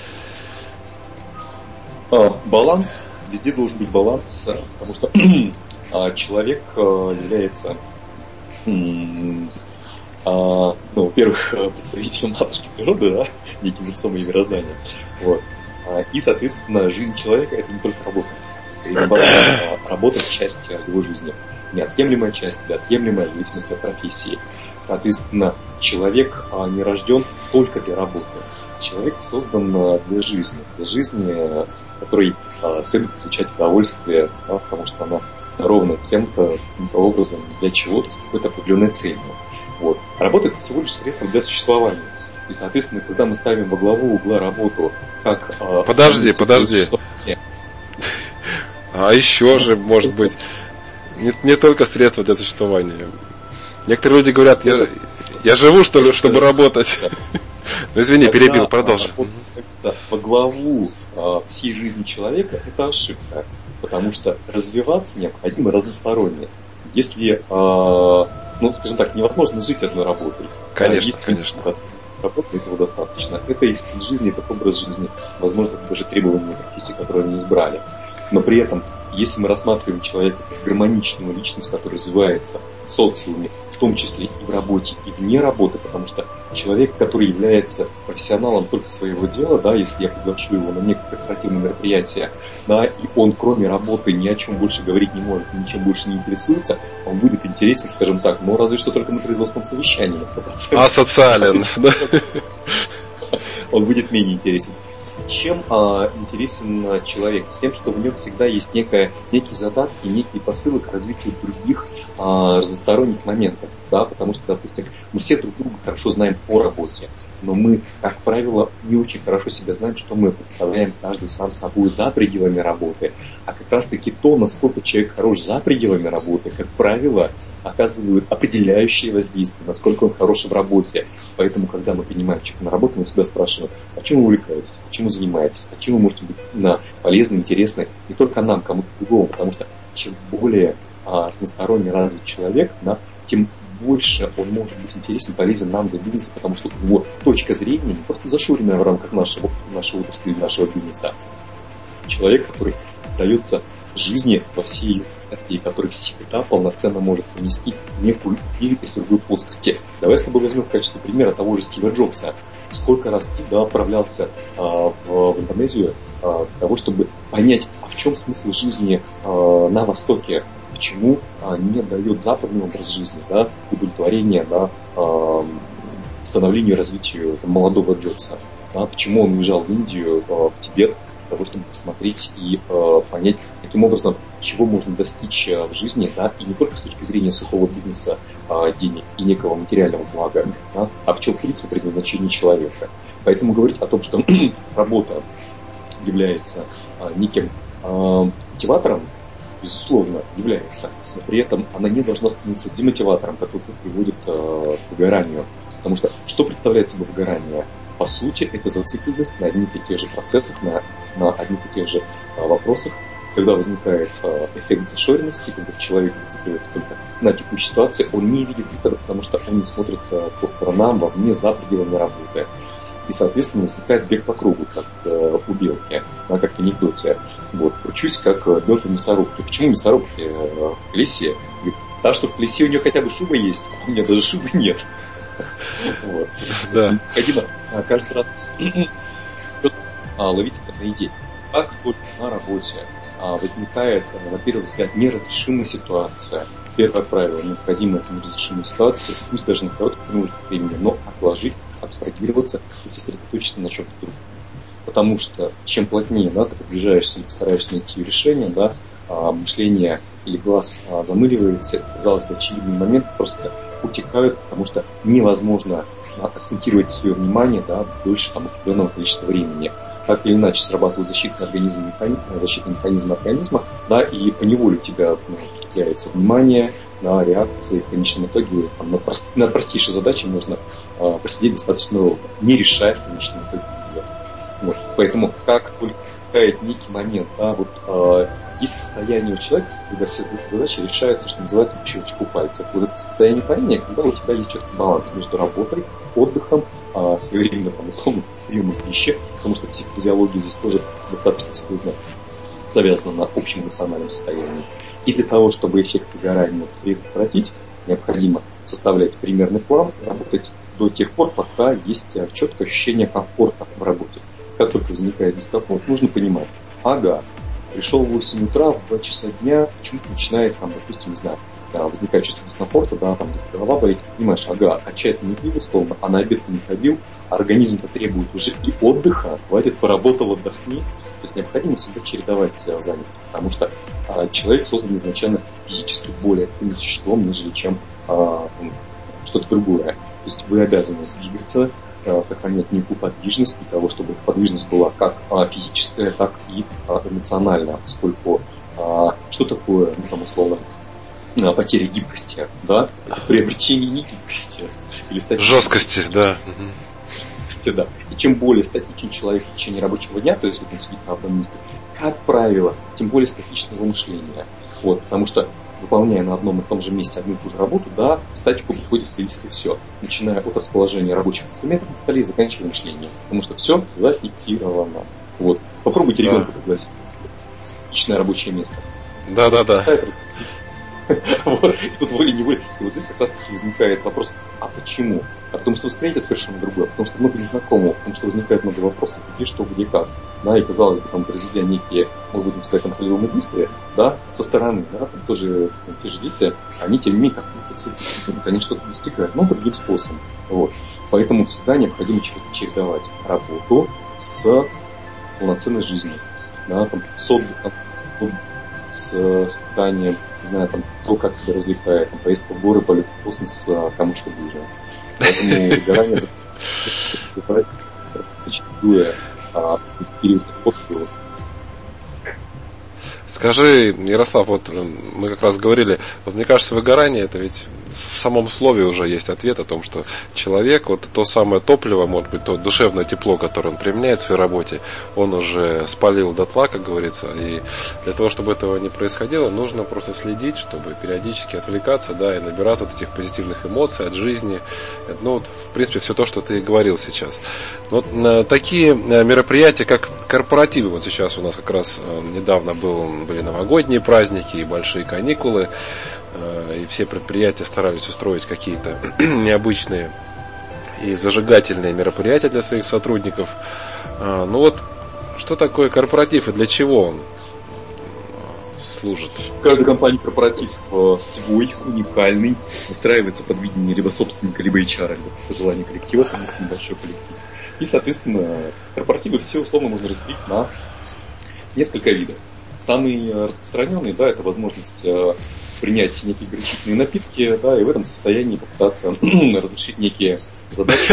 Баланс. Везде должен быть баланс, потому что человек является, ну, во-первых, представителем матушки природы, да, неким лицом ее мироздания. Вот. И, соответственно, жизнь человека — это не только работа. Скорее, наоборот, работа — часть его жизни. Неотъемлемая часть или отъемлемая в зависимости от профессии. Соответственно, человек не рожден только для работы. Человек создан для жизни. Для жизни, которой следует получать удовольствие, да, потому что она ровно кем-то, каким-то образом, для чего-то, с какой-то определенной целью. Вот. Работа — это всего лишь средство для существования. И, соответственно, когда мы ставим во главу угла работу как... Подожди, подожди. А еще же, может быть, не, не только средство для существования. Некоторые люди говорят, я, я живу, что ли, чтобы работать. Ну, извини, перебил, продолжи. Во главу всей жизни человека — это ошибка. Потому что развиваться необходимо разносторонне. Если, ну, скажем так, невозможно жить одной работой. Конечно, есть конечно. Работы, этого достаточно. Это их стиль жизни, это образ жизни. Возможно, это даже требования профессии, которые они избрали. Но при этом, если мы рассматриваем человека как гармоничную личность, которая развивается в социуме, в том числе и в работе, и вне работы, потому что человек, который является профессионалом только своего дела, да, если я приглашу его на некое корпоративное мероприятие, да, и он кроме работы ни о чем больше говорить не может, ничем больше не интересуется, он будет интересен, скажем так, ну разве что только на производственном совещании на сто процентов. Асоциален, да? Он будет менее интересен. Чем а, интересен человек? Тем, что в нем всегда есть некая, некие задатки, некие посылы к развитию других а, разносторонних моментов. Да? Потому что, допустим, мы все друг друга хорошо знаем по работе, но мы, как правило, не очень хорошо себя знаем, что мы представляем каждый сам собой за пределами работы. А как раз-таки то, насколько человек хорош за пределами работы, как правило, оказывает определяющее воздействие, насколько он хорош в работе. Поэтому, когда мы принимаем человека на работу, мы всегда спрашиваем, а чем вы увлекаетесь, а чем вы занимаетесь, а чем вы можете быть на, полезны, интересны не только нам, кому-то другому, потому что чем более а, разносторонне развит человек, да, тем больше он может быть интересен, полезен нам для бизнеса, потому что его точка зрения не просто зашуренная в рамках нашего, нашего отрасли, нашего бизнеса. Человек, который дается жизни во всей и который всегда полноценно может принести некую идею из другой плоскости. Давай с тобой возьмем в качестве примера того же Стива Джобса. Сколько раз Стив, да, отправлялся а, в, в Индонезию а, для того, чтобы понять, а в чем смысл жизни а, на Востоке, почему а, не дает западный образ жизни, да, удовлетворения, да, а, становлению и развитию там, молодого Джобса. Да, почему он уезжал в Индию, а, в Тибет, для того, чтобы посмотреть и э, понять, каким образом, чего можно достичь э, в жизни, да, и не только с точки зрения сухого бизнеса, э, денег и некого материального блага, да, а в чем, в принципе, предназначение человека. Поэтому говорить о том, что работа является э, неким э, мотиватором, безусловно, является, но при этом она не должна становиться демотиватором, который приводит э, к выгоранию. Потому что что представляет собой выгорание? По сути, это зацикленность на одних и тех же процессах, на, на одних и тех же а, вопросах, когда возникает а, эффект зашоренности, когда человек зацикливается только на текущей ситуации, он не видит выхода, потому что он не смотрит а, по сторонам, вовне, за пределами работы. И, соответственно, возникает бег по кругу, как а, у белки, а, как в анекдоте. Вот, кручусь, как а, белка в мясорубке. Почему мясорубки а, в колесе? Говорит, да, что в колесе у нее хотя бы шуба есть, а у меня даже шубы нет. Вот. Да. Необходимо каждый раз ловить себя на идее. как только на работе а, возникает, на первый взгляд, неразрешимая ситуация, первое правило, необходимо эту неразрешимую ситуацию, пусть даже на короткий промежуток времени, но отложить, абстрагироваться и сосредоточиться на чем-то другом. Потому что чем плотнее, да, ты приближаешься или стараешься найти решение, да, а, мышление или глаз а, замыливается, казалось бы, очевидный момент просто утекают, потому что невозможно да, акцентировать свое внимание да, дольше там, определенного количества времени. Так или иначе срабатывают защитные организмы, защитные механизмы организма, да, и поневоле у тебя ну, появляется внимание, да, реакции. В конечном итоге там, над, прост, над простейшей задачей можно э, просидеть достаточно долго, не решая в конечном итоге ее. Вот. Поэтому как только возникает некий момент, да, вот, э, есть состояние у человека, когда все эти задачи решаются, что называется, по щелчку пальцев. Вот это состояние парения, когда у тебя есть четкий баланс между работой, отдыхом, э, своевременным, там, условно, приемом пищи, потому что психофизиология здесь тоже достаточно серьезно завязана на общем эмоциональном состоянии. И для того, чтобы эффект выгорания предотвратить, необходимо составлять примерный план, работать до тех пор, пока есть четкое ощущение комфорта в работе. Как только возникает дискомфорт, нужно понимать, ага, пришел в восемь утра, в два часа дня, почему-то начинает, там, допустим, не знаю, возникает чувство дискомфорта, да, там, голова болит, понимаешь, ага, а чай не пил, условно, а на обед не ходил, организм-то требует уже и отдыха, хватит, поработал, отдохни. То есть необходимо всегда чередовать занятия, потому что а, человек создан изначально физически более активным существом, нежели чем а, что-то другое. То есть вы обязаны двигаться, а, сохранять некую подвижность для того, чтобы эта подвижность была как а, физическая, так и а, эмоциональная, поскольку а, что такое, ну, там, условно, а, потеря гибкости, да? Это приобретение не гибкости. Или жесткости, да. Да. И чем более статичен человек в течение рабочего дня, то есть вот он сидит на одном месте, как правило, тем более статично его мышление. Вот, потому что, выполняя на одном и том же месте одну и ту же работу, да, статику приходит в принципе все. Начиная от расположения рабочих инструментов на столе и заканчивая мышлением. Потому что все зафиксировано. Вот. Попробуйте да. ребенка пригласить. Статичное рабочее место. Да-да-да. Вот. И тут волей-неволей. И вот здесь как раз таки возникает вопрос, а почему? А потому что восприятие совершенно другое, потому что много незнакомого, потому что возникает много вопросов, где что, где как. Да, и казалось бы, там, произведя некие, мы будем сказать, там, полевые действия, да, со стороны, да, там тоже там, те же дети, они тем не менее как-то они что-то достигают, но другим способом. Вот. Поэтому всегда необходимо чередовать работу с полноценной жизнью, да, там, с отдыхом, с испытанием, не знаю, там, то, как себя развлекает, там, поездка в горы, полет в космос, кому что ближе. Поэтому выгорание бывает зачастую период отдыха. Скажи, Ярослав, вот мы как раз говорили, вот мне кажется, выгорание, это ведь в самом слове уже есть ответ о том, что человек, вот то самое топливо, может быть, то душевное тепло, которое он применяет в своей работе, он уже спалил дотла, как говорится, и для того, чтобы этого не происходило, нужно просто следить, чтобы периодически отвлекаться, да, и набирать вот этих позитивных эмоций от жизни, ну, вот, в принципе, все то, что ты говорил сейчас. Вот такие мероприятия, как корпоративы, вот сейчас у нас как раз недавно был, были новогодние праздники и большие каникулы, и все предприятия старались устроить какие-то необычные и зажигательные мероприятия для своих сотрудников. Ну вот, что такое корпоратив и для чего он служит? В каждой компании корпоратив свой, уникальный, устраивается под видение либо собственника, либо эйч ар, либо по желанию коллектива, если небольшой коллектив. И, соответственно, корпоративы все условно можно разделить на несколько видов. Самый распространенный, да, это возможность э, принять некие горячительные напитки, да, и в этом состоянии попытаться разрешить некие задачи.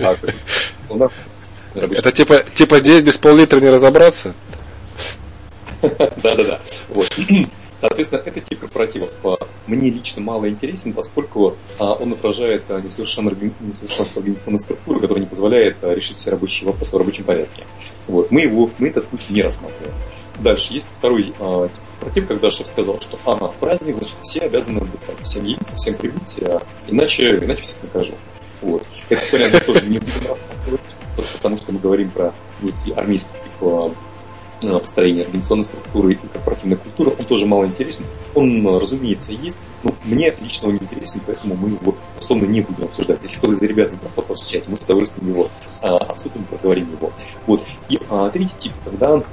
Это типа, типа здесь без пол-литра не разобраться? Да-да-да. Вот. Соответственно, этот тип корпоративов мне лично мало интересен, поскольку он отражает несовершенство организационной структуры, которая не позволяет решить все рабочие вопросы в рабочем порядке. Вот. Мы его, мы этот случай не рассматриваем. Дальше есть второй э, тип корпоратив, когда шеф сказал, что ага, праздник, значит, все обязаны отдыхать, всем явиться, всем прибыть, а иначе, иначе всех накажу. Вот. Этот вариант тоже не будем рассматривать, потому что мы говорим про некий армейский тип э, построения организационной структуры и корпоративной культуры. Он тоже мало интересен. Он, разумеется, есть, но мне лично он не интересен, поэтому мы его условно не будем обсуждать. Если кто-то из ребят задаст вопрос в чате, мы с удовольствием его э, обсудим, проговорим его. Вот. И э, третий тип, когда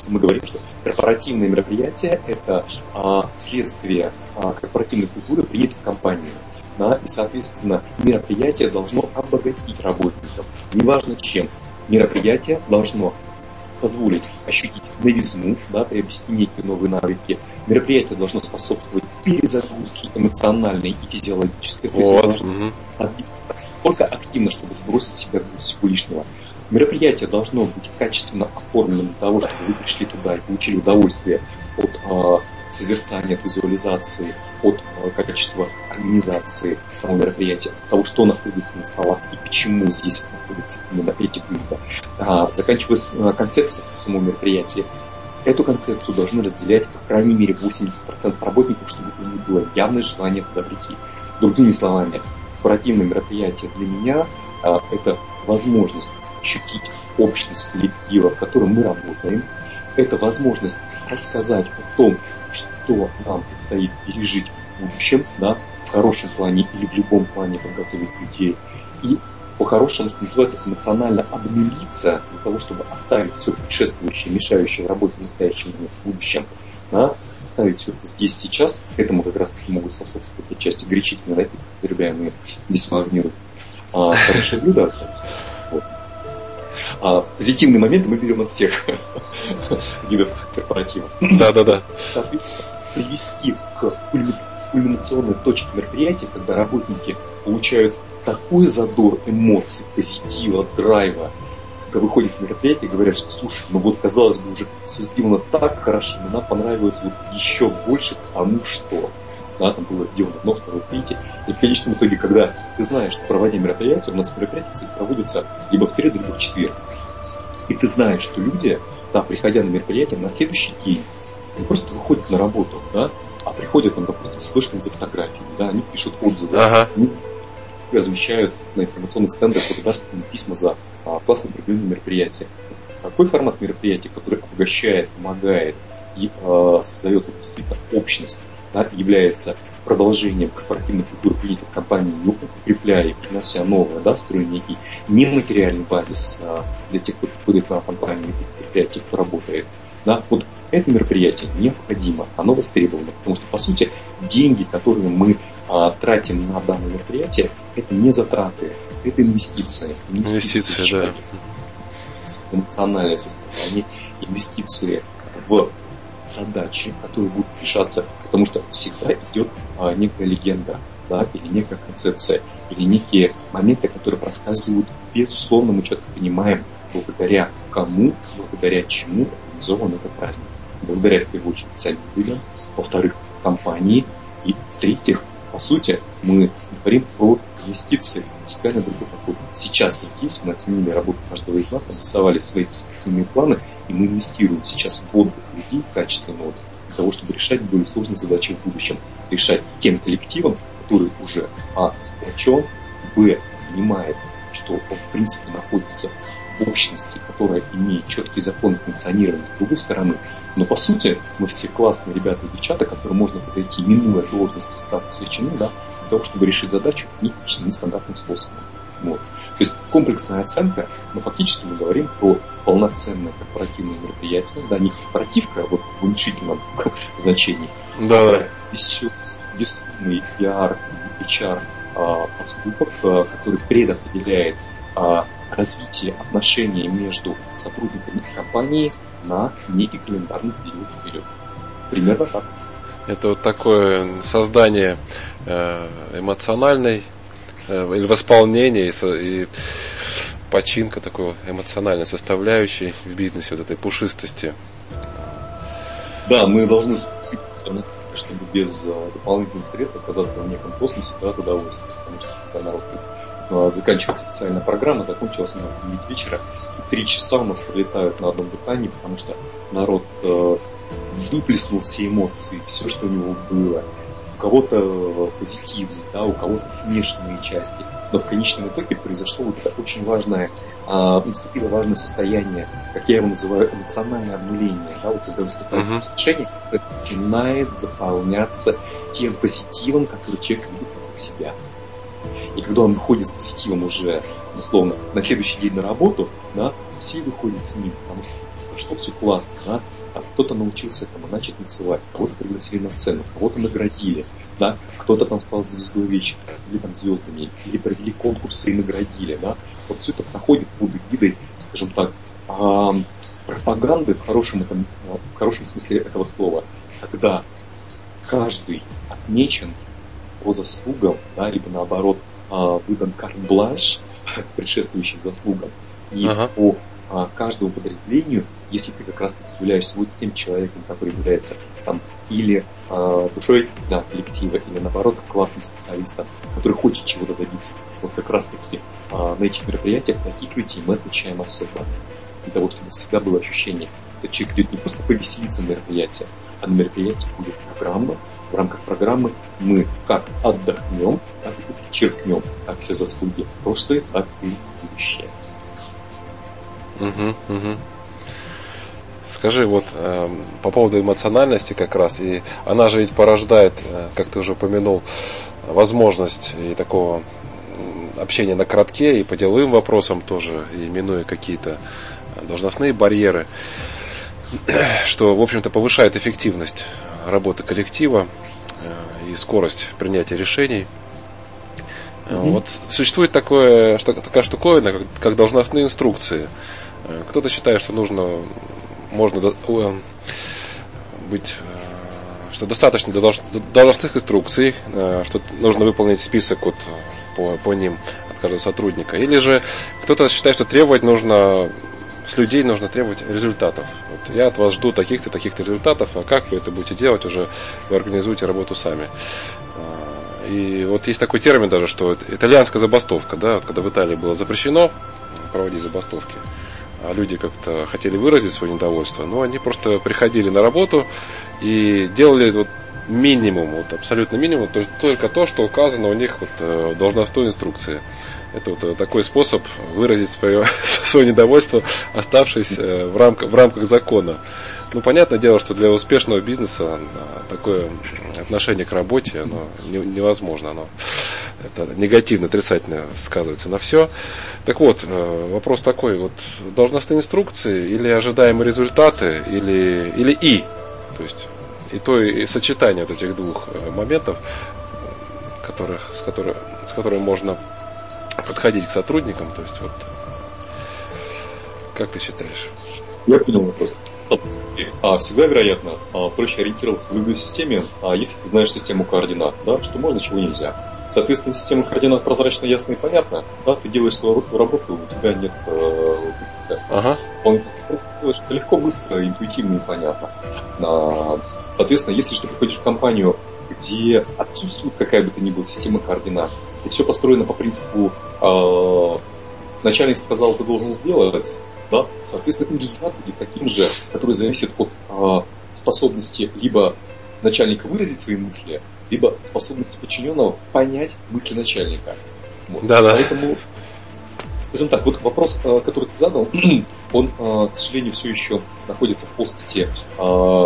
мы говорим, что корпоративные мероприятия – это а, следствие а, корпоративной культуры, принятой в компании. Да, и, соответственно, мероприятие должно обогатить работников. Неважно чем. Мероприятие должно позволить ощутить новизну, да, приобрести некие новые навыки. Мероприятие должно способствовать перезагрузке эмоциональной и физиологической. Вот. Только активно, чтобы сбросить с себя всего лишнего. Мероприятие должно быть качественно оформлено для того, чтобы вы пришли туда и получили удовольствие от э, созерцания, от визуализации, от э, качества организации самого мероприятия, от того, что находится на столах и почему здесь находятся именно эти блюда. А, заканчивая с э, концепцией самого мероприятия, эту концепцию должны разделять, по крайней мере, восемьдесят процентов работников, чтобы у них было явное желание туда прийти. Другими словами, корпоративное мероприятие для меня э, это возможность ощутить общность коллектива, в котором мы работаем. Это возможность рассказать о том, что нам предстоит пережить в будущем, да, в хорошем плане или в любом плане подготовить людей. И по-хорошему, что называется, эмоционально обнулиться для того, чтобы оставить все предшествующее, мешающее работе в настоящем дне, в будущем, да, оставить все это здесь, сейчас. К этому как раз таки могут способствовать отчасти горячительные напитки, употребляемые весьма в миру. А хорошее блюдо. Вот. А позитивные моменты мы берем от всех видов корпоративов. Да-да-да. Соответственно, привести к кульминационной точке мероприятия, когда работники получают такой задор эмоций, позитива, драйва, когда выходят в мероприятие и говорят, что слушай, ну вот казалось бы уже все сделано так хорошо, но нам понравилось вот еще больше потому что. Да, там было сделано одно, второе, третье. И в конечном итоге, когда ты знаешь, что проводя мероприятие, у нас мероприятия проводятся либо в среду, либо в четверг. И ты знаешь, что люди, да, приходя на мероприятие, на следующий день не просто выходят на работу, да, а приходят, там, допустим, с флешками за фотографиями, да, они пишут отзывы, ага. Они размещают на информационных стендах благодарственные письма за а, классное проведение мероприятия. Такой формат мероприятия, который обогащает, помогает и а, создает действительно общность, да, является продолжением корпоративной культуры принятой в компании, укрепляя и принося новое, да, строя некий нематериальный базис а, для тех, кто приходит на компанию, предприятие, кто работает. Да, вот это мероприятие необходимо, оно востребовано, потому что, по сути, деньги, которые мы а, тратим на данное мероприятие, это не затраты, это инвестиции. Инвестиции, инвестиции да. Эмоциональное состояние, инвестиции в задачи, которые будут решаться, потому что всегда идет а, некая легенда, да, или некая концепция, или некие моменты, которые проскальзывают. Безусловно, мы четко понимаем, благодаря кому, благодаря чему организован этот праздник. Благодаря, в первую очередь, самим людям, во-вторых, компании, и в-третьих, по сути, мы говорим про инвестиции принципиально другой подход. Сейчас здесь мы оценили работу каждого из нас, обрисовали свои перспективные планы, и мы инвестируем сейчас в отдых людей, качественный отдых, для того, чтобы решать более сложные задачи в будущем. Решать тем коллективом, который уже а. сплочен, б. понимает, что он в принципе находится в общности, которая имеет четкий закон функционирования с другой стороны. Но по сути мы все классные ребята и девчата, которые можно подойти, минуя должности, статуса и чины, да, для того, чтобы решить задачу нетипичным, нестандартным способом. Вот. То есть комплексная оценка, но фактически мы говорим про полноценное корпоративное мероприятие, да, не корпоративка, вот в уменьшительном значении, да. а весомый пиар и эйч ар а, поступок, а, который предопределяет а, развитие отношений между сотрудниками компании на некий календарный период вперед. Примерно так. Это вот такое создание эмоциональной или восполнение и починка такой эмоциональной составляющей в бизнесе, вот этой пушистости. Да, мы должны, чтобы без дополнительных средств оказаться в неком космосе, да, от удовольствия, потому что когда народ заканчивается официальная программа, закончилась она в девять вечера, и три часа у нас пролетают на одном дыхании, потому что народ э, выплеснул все эмоции, все, что у него было. У кого-то позитивные, да, у кого-то смешанные части. Но в конечном итоге произошло вот это очень важное, э, наступило важное состояние, как я его называю, эмоциональное обнуление. Да, вот когда выступает uh-huh. отношение, это начинает заполняться тем позитивом, который человек видит вокруг себя. И когда он выходит с позитивом уже, условно, на следующий день на работу, да, все выходят с ним, потому что прошло все классно, да, а кто-то научился этому начать танцевать, кого-то пригласили на сцену, кого-то наградили, да, кто-то там стал звездой вечера, или там звездами, или провели конкурсы и наградили, да. Вот все это проходит под эгидой, скажем так, пропаганды в хорошем, этом, в хорошем смысле этого слова, когда каждый отмечен по заслугам, да, либо наоборот выдан карт-бланш к предшествующим заслугам. И ага. по а, каждому подразделению, если ты как раз являешься вот тем человеком, который является там или а, душой да, коллектива, или наоборот классным специалистом, который хочет чего-то добиться, вот как раз таки а, на этих мероприятиях таких людей мы отмечаем особо. Для того, чтобы всегда было ощущение, что человек идет не просто повеселиться на мероприятие, а на мероприятии будет программа. В рамках программы мы как отдохнем, так и подчеркнем как все заслуги прошлые, так и будущее. Угу, угу. Скажи, вот э, по поводу эмоциональности как раз, и она же ведь порождает, э, как ты уже упомянул, возможность и такого общения на коротке, и по деловым вопросам тоже, и минуя какие-то должностные барьеры, что, в общем-то, повышает эффективность работы коллектива и скорость принятия решений. Mm-hmm. Вот существует такое, что, такая штуковина, как, как должностные инструкции. Кто-то считает, что нужно, можно быть, что достаточно должностных инструкций, что нужно выполнить список вот по, по ним от каждого сотрудника. Или же кто-то считает, что требовать нужно с людей нужно требовать результатов. Вот я от вас жду таких-то, таких-то результатов, а как вы это будете делать, уже вы организуете работу сами. И вот есть такой термин даже, что итальянская забастовка, да, вот когда в Италии было запрещено проводить забастовки, а люди как-то хотели выразить свое недовольство, но они просто приходили на работу и делали вот минимум, вот абсолютно минимум, то есть только то, что указано у них вот в должностной инструкции. Это вот такой способ выразить свое, свое недовольство, оставшись в рамках, в рамках закона. Ну, понятное дело, что для успешного бизнеса такое отношение к работе оно невозможно. Оно это негативно, отрицательно сказывается на все. Так вот, вопрос такой, вот должностные инструкции или ожидаемые результаты, или, или и. То есть и то, и сочетание вот этих двух моментов, которых, с, которых, с которыми можно подходить к сотрудникам, то есть вот как ты считаешь? Я понял вопрос. Всегда, вероятно, проще ориентироваться в любой системе, если ты знаешь систему координат, да, что можно, чего нельзя. Соответственно, система координат прозрачна, ясна и понятна, да, ты делаешь свою работу, у тебя нет э, ага. Он, это легко, быстро, интуитивно и понятно. Соответственно, если ты приходишь в компанию, где отсутствует какая бы то ни была система координат, и все построено по принципу э, начальник сказал, ты должен сделать, да, соответственно, результат будет таким же, который зависит от э, способности либо начальника выразить свои мысли, либо способности подчиненного понять мысли начальника. Вот. Да, да. Поэтому, скажем так, вот вопрос, э, который ты задал, он, э, к сожалению, все еще находится в плоскости э,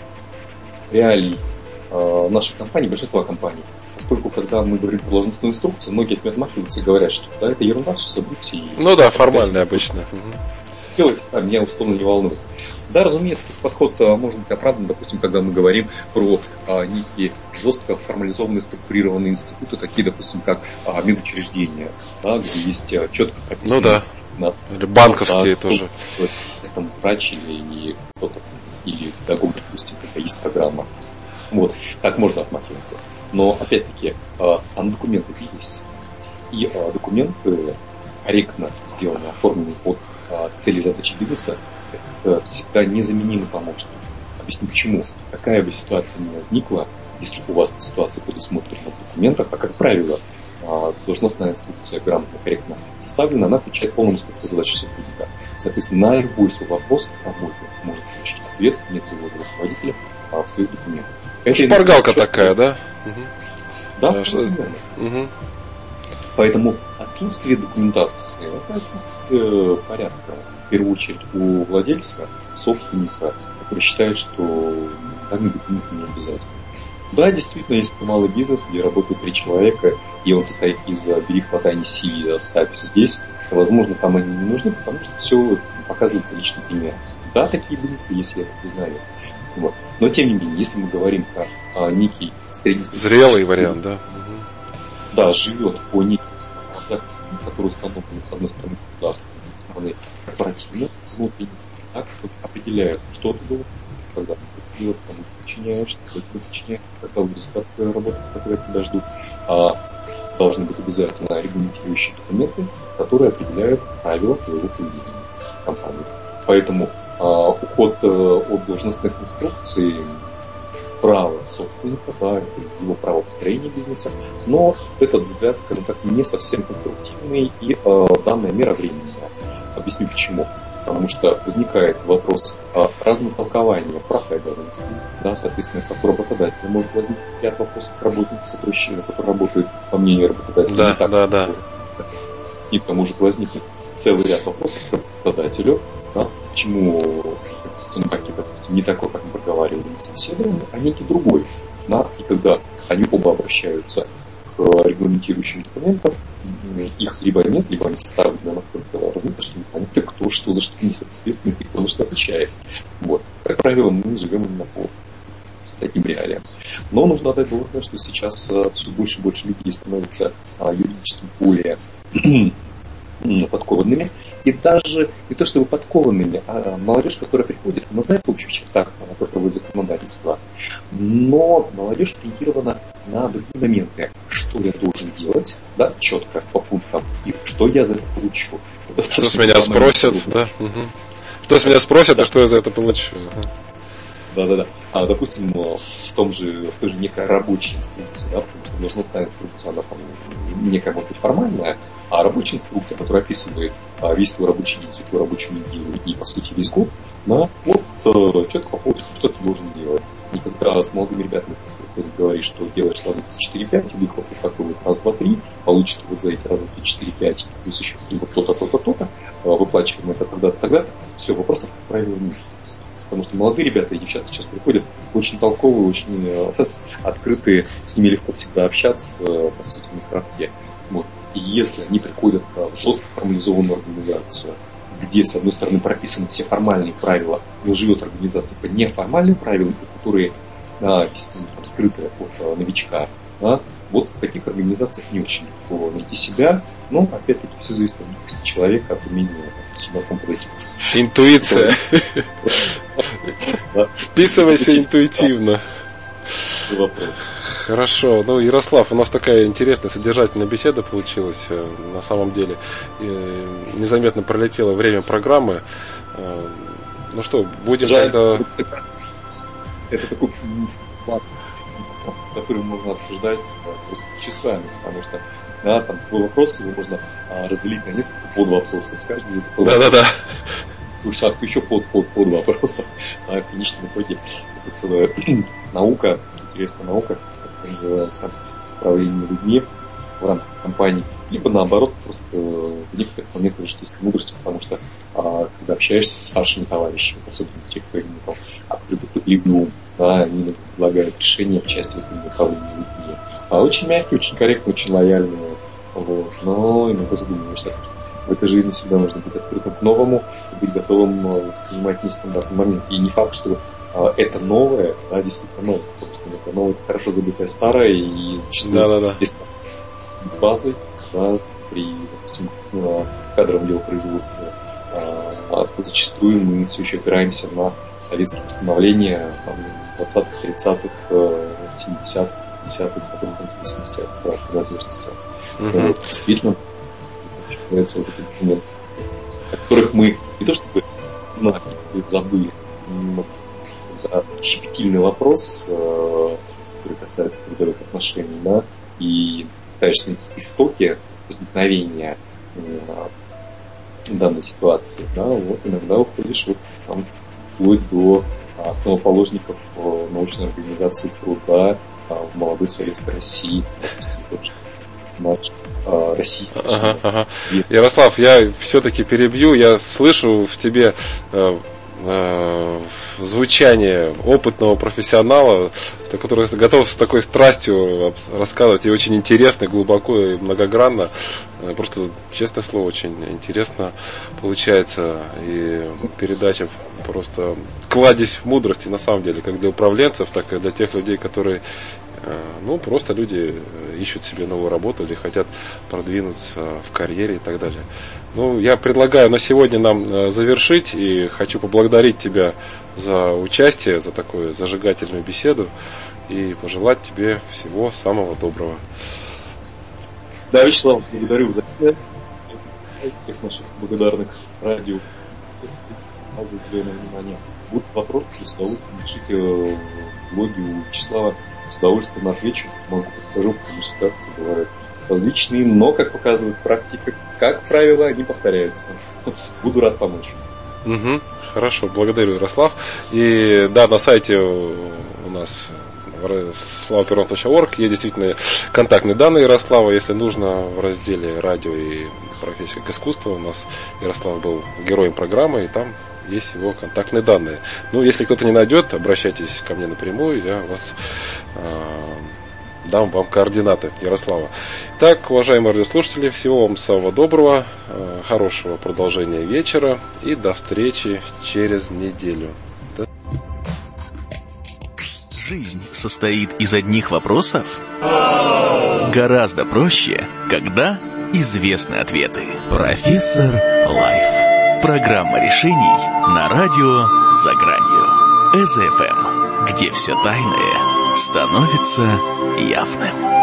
реалий э, нашей компании, большинства компаний. Поскольку, когда мы говорим про должностную инструкцию, многие от меня отмахиваются и говорят, что да, это ерунда, все забудьте. И, ну да, формально обычно. Делайте, а меня условно не волнует. Да, разумеется, этот подход а, может быть оправдан, допустим, когда мы говорим про а, некие жестко формализованные, структурированные институты, такие, допустим, как а, медучреждения, да, где есть а, четко прописано. Ну да, на, или банковские да, тоже. Там врач или кто-то, или педагог, допустим, какая есть программа. Вот, так можно отмахиваться. Но, опять-таки, там документы есть. И документы, корректно сделанные, оформленные под цели и задачи бизнеса, это всегда незаменимый помощник. Объясню почему. Какая бы ситуация ни возникла, если у вас ситуация предусмотрена в документах, а как правило, должностная инструкция грамотно, корректно составлена, она отвечает полному спектру задач сотрудника. Соответственно, на любой свой вопрос в работе может получить ответ, нет его руководителя в своих документах. Это шпаргалка такая, да? Да, да, что... угу. Поэтому отсутствие документации – это отсутствие порядка. В первую очередь у владельца, собственника, который считает, что данный документ не обязательно. Да, действительно, есть малый бизнес, где работают три человека, и он состоит из «бери, хватай, неси и оставь здесь». Возможно, там они не нужны, потому что все показывается личный пример. Да, такие бизнесы есть, я это признаю. Вот. Но тем не менее, если мы говорим про а, некий среднестатистический... Зрелый вариант, да? Да, живет по неким законам, которые установлены, с одной стороны, государством, с другой стороны, корпоративно, внутренне, так, определяют, что ты должен, когда ты делаешь, кому ты подчиняешься, кто тебе подчиняется, каковы результаты твоей работы, которые тебя ждут. А должны быть обязательно регламентирующие документы, которые определяют правила твоего поведения в компании. Поэтому а, уход а, от должностных инструкций, право собственника, да, это его право построения бизнеса, но этот взгляд, скажем так, не совсем конструктивный, и э, данная мера временная. Объясню почему. Потому что возникает вопрос э, разнотолкования прав и обязанностей, да, соответственно, как у работодателя может возникнуть ряд вопросов к работнику, который, который работает, по мнению работодателя, да, не так, да, да. И к тому же возникнет целый ряд вопросов к работодателю, да, почему пакет, допустим, не такой, как мы проговаривали на собеседовании, а некий другой. Да, и когда они оба обращаются к регламентирующим документам, их либо нет, либо они составлены настолько размыты, что непонятно, кто что за что несет ответственность и кто за что отвечает. Вот. Как правило, мы живем именно по таким реалиям. Но нужно отдать должное, что сейчас все больше и больше людей становятся юридически более подкованными. И даже не то чтобы подкованными, а молодежь, которая приходит, она знает в общих чертах трудовое законодательство, но молодежь ориентирована на другие моменты. Что я должен делать, да, четко, по пунктам, и что я за это получу. Что с меня спросят, да? Угу. Что с меня спросят, да. И что я за это получу. Угу. Да-да-да. А, допустим, в том же, в той же некой рабочей инструкции, да, потому что должностная инструкция, она там некая, может быть, формальная, а рабочая инструкция, которая описывает а, весь твой рабочий день, всю твою рабочую неделю и, по сути, весь год, да, вот а, четко по поводу, что ты должен делать. И когда с молодыми ребятами приходит говорить, что делаешь раза четыре пять, и выхлоп вот такой вот раз, два, три, получится вот за эти раза три, четыре, пять, плюс еще вот то-то, то-то, то-то, а, выплачиваем это тогда-то, тогда-то, все, вопросов, как правило, нет. Потому что молодые ребята и девчата сейчас приходят очень толковые, очень э, открытые, с ними легко всегда общаться, э, по сути, на коротке. Вот. И если они приходят э, в жестко формализованную организацию, где, с одной стороны, прописаны все формальные правила, но живет организация по неформальным правилам, которые э, там, скрыты от э, новичка, да, вот в таких организациях не очень легко найти себя, но, опять-таки, все зависит от личности человека, от умения с чуваком подойти. Интуиция. Вписывайся интуитивно. Вопрос. Хорошо. Ну, Ярослав, у нас такая интересная, содержательная беседа получилась. На самом деле, незаметно пролетело время программы. Ну что, будем Жаль, тогда... Это такой классный, который можно обсуждать просто часами, потому что да, там твой вопрос, его можно а, разделить на несколько подвопросов. Каждый из этих вопросов. Да-да-да. Десятку еще под, под, под вопросов. А в конечном итоге это целая наука, интересная наука, как называется, управление людьми в рамках компании. Либо наоборот, просто в некоторых моментах житейской мудрости, потому что а, когда общаешься со старшими товарищами, особенно те, кто именно там открыто под людьми, да, они предлагают решения в части управления людьми. А очень мягкие, очень корректные, очень лояльные. Вот. Но иногда задумываешься, что в этой жизни всегда нужно быть открытым к новому и быть готовым воспринимать нестандартный момент. И не факт, что а, это новое, да, действительно новое. Потому что это новое, это хорошо забытое старое, и зачастую да, да, да. есть базой, да, при, допустим, кадровом делопроизводстве. А, зачастую мы все еще опираемся на советские постановления двадцатых, тридцатых, семидесятых, десятых, потом восьмидесятых, да, принадлежности. Uh-huh. Вот, действительно, являются вот эти документы, о которых мы не то чтобы знали, забыли. Но, да, щепетильный вопрос, э, который касается трудовых отношений, да, и пытаешься найти истоки возникновения э, данной ситуации, да, вот иногда уходишь вот там вплоть до основоположников э, научной организации труда э, в молодой советской России, допустим, тоже наш э, России. Ага, ага. Ярослав, я все-таки перебью, я слышу в тебе э, э, звучание опытного профессионала, который готов с такой страстью рассказывать, и очень интересно, глубоко и многогранно. Просто, честное слово, очень интересно получается, и передача просто кладезь мудрости, на самом деле, как для управленцев, так и для тех людей, которые, ну, просто люди ищут себе новую работу или хотят продвинуться в карьере и так далее. Ну, я предлагаю на сегодня нам завершить, и хочу поблагодарить тебя за участие, за такую зажигательную беседу, и пожелать тебе всего самого доброго. Да, Вячеслав, благодарю за это. Всех наших благодарных радио. Внимание. Будут вопросы, с удовольствием пишите в блоге у Вячеслава. С удовольствием отвечу, могу подскажу, потому что ситуации бывают различные, но, как показывает практика, как правило, они повторяются. Буду рад помочь. Угу, хорошо, благодарю, Ярослав. И да, на сайте у нас слава перон точка орг есть действительно контактные данные Ярослава. Если нужно, в разделе радио и профессия как искусство у нас Ярослав был героем программы, и там есть его контактные данные. Ну, если кто-то не найдет, обращайтесь ко мне напрямую, я вас э, дам вам координаты Ярослава. Так, уважаемые радиослушатели, всего вам самого доброго, э, хорошего продолжения вечера и до встречи через неделю. Жизнь состоит из одних вопросов? Гораздо проще, когда известны ответы. Профессор Лайф. Программа решений на радио «За гранью». ЭЗ-эф эм, где все тайное становится явным.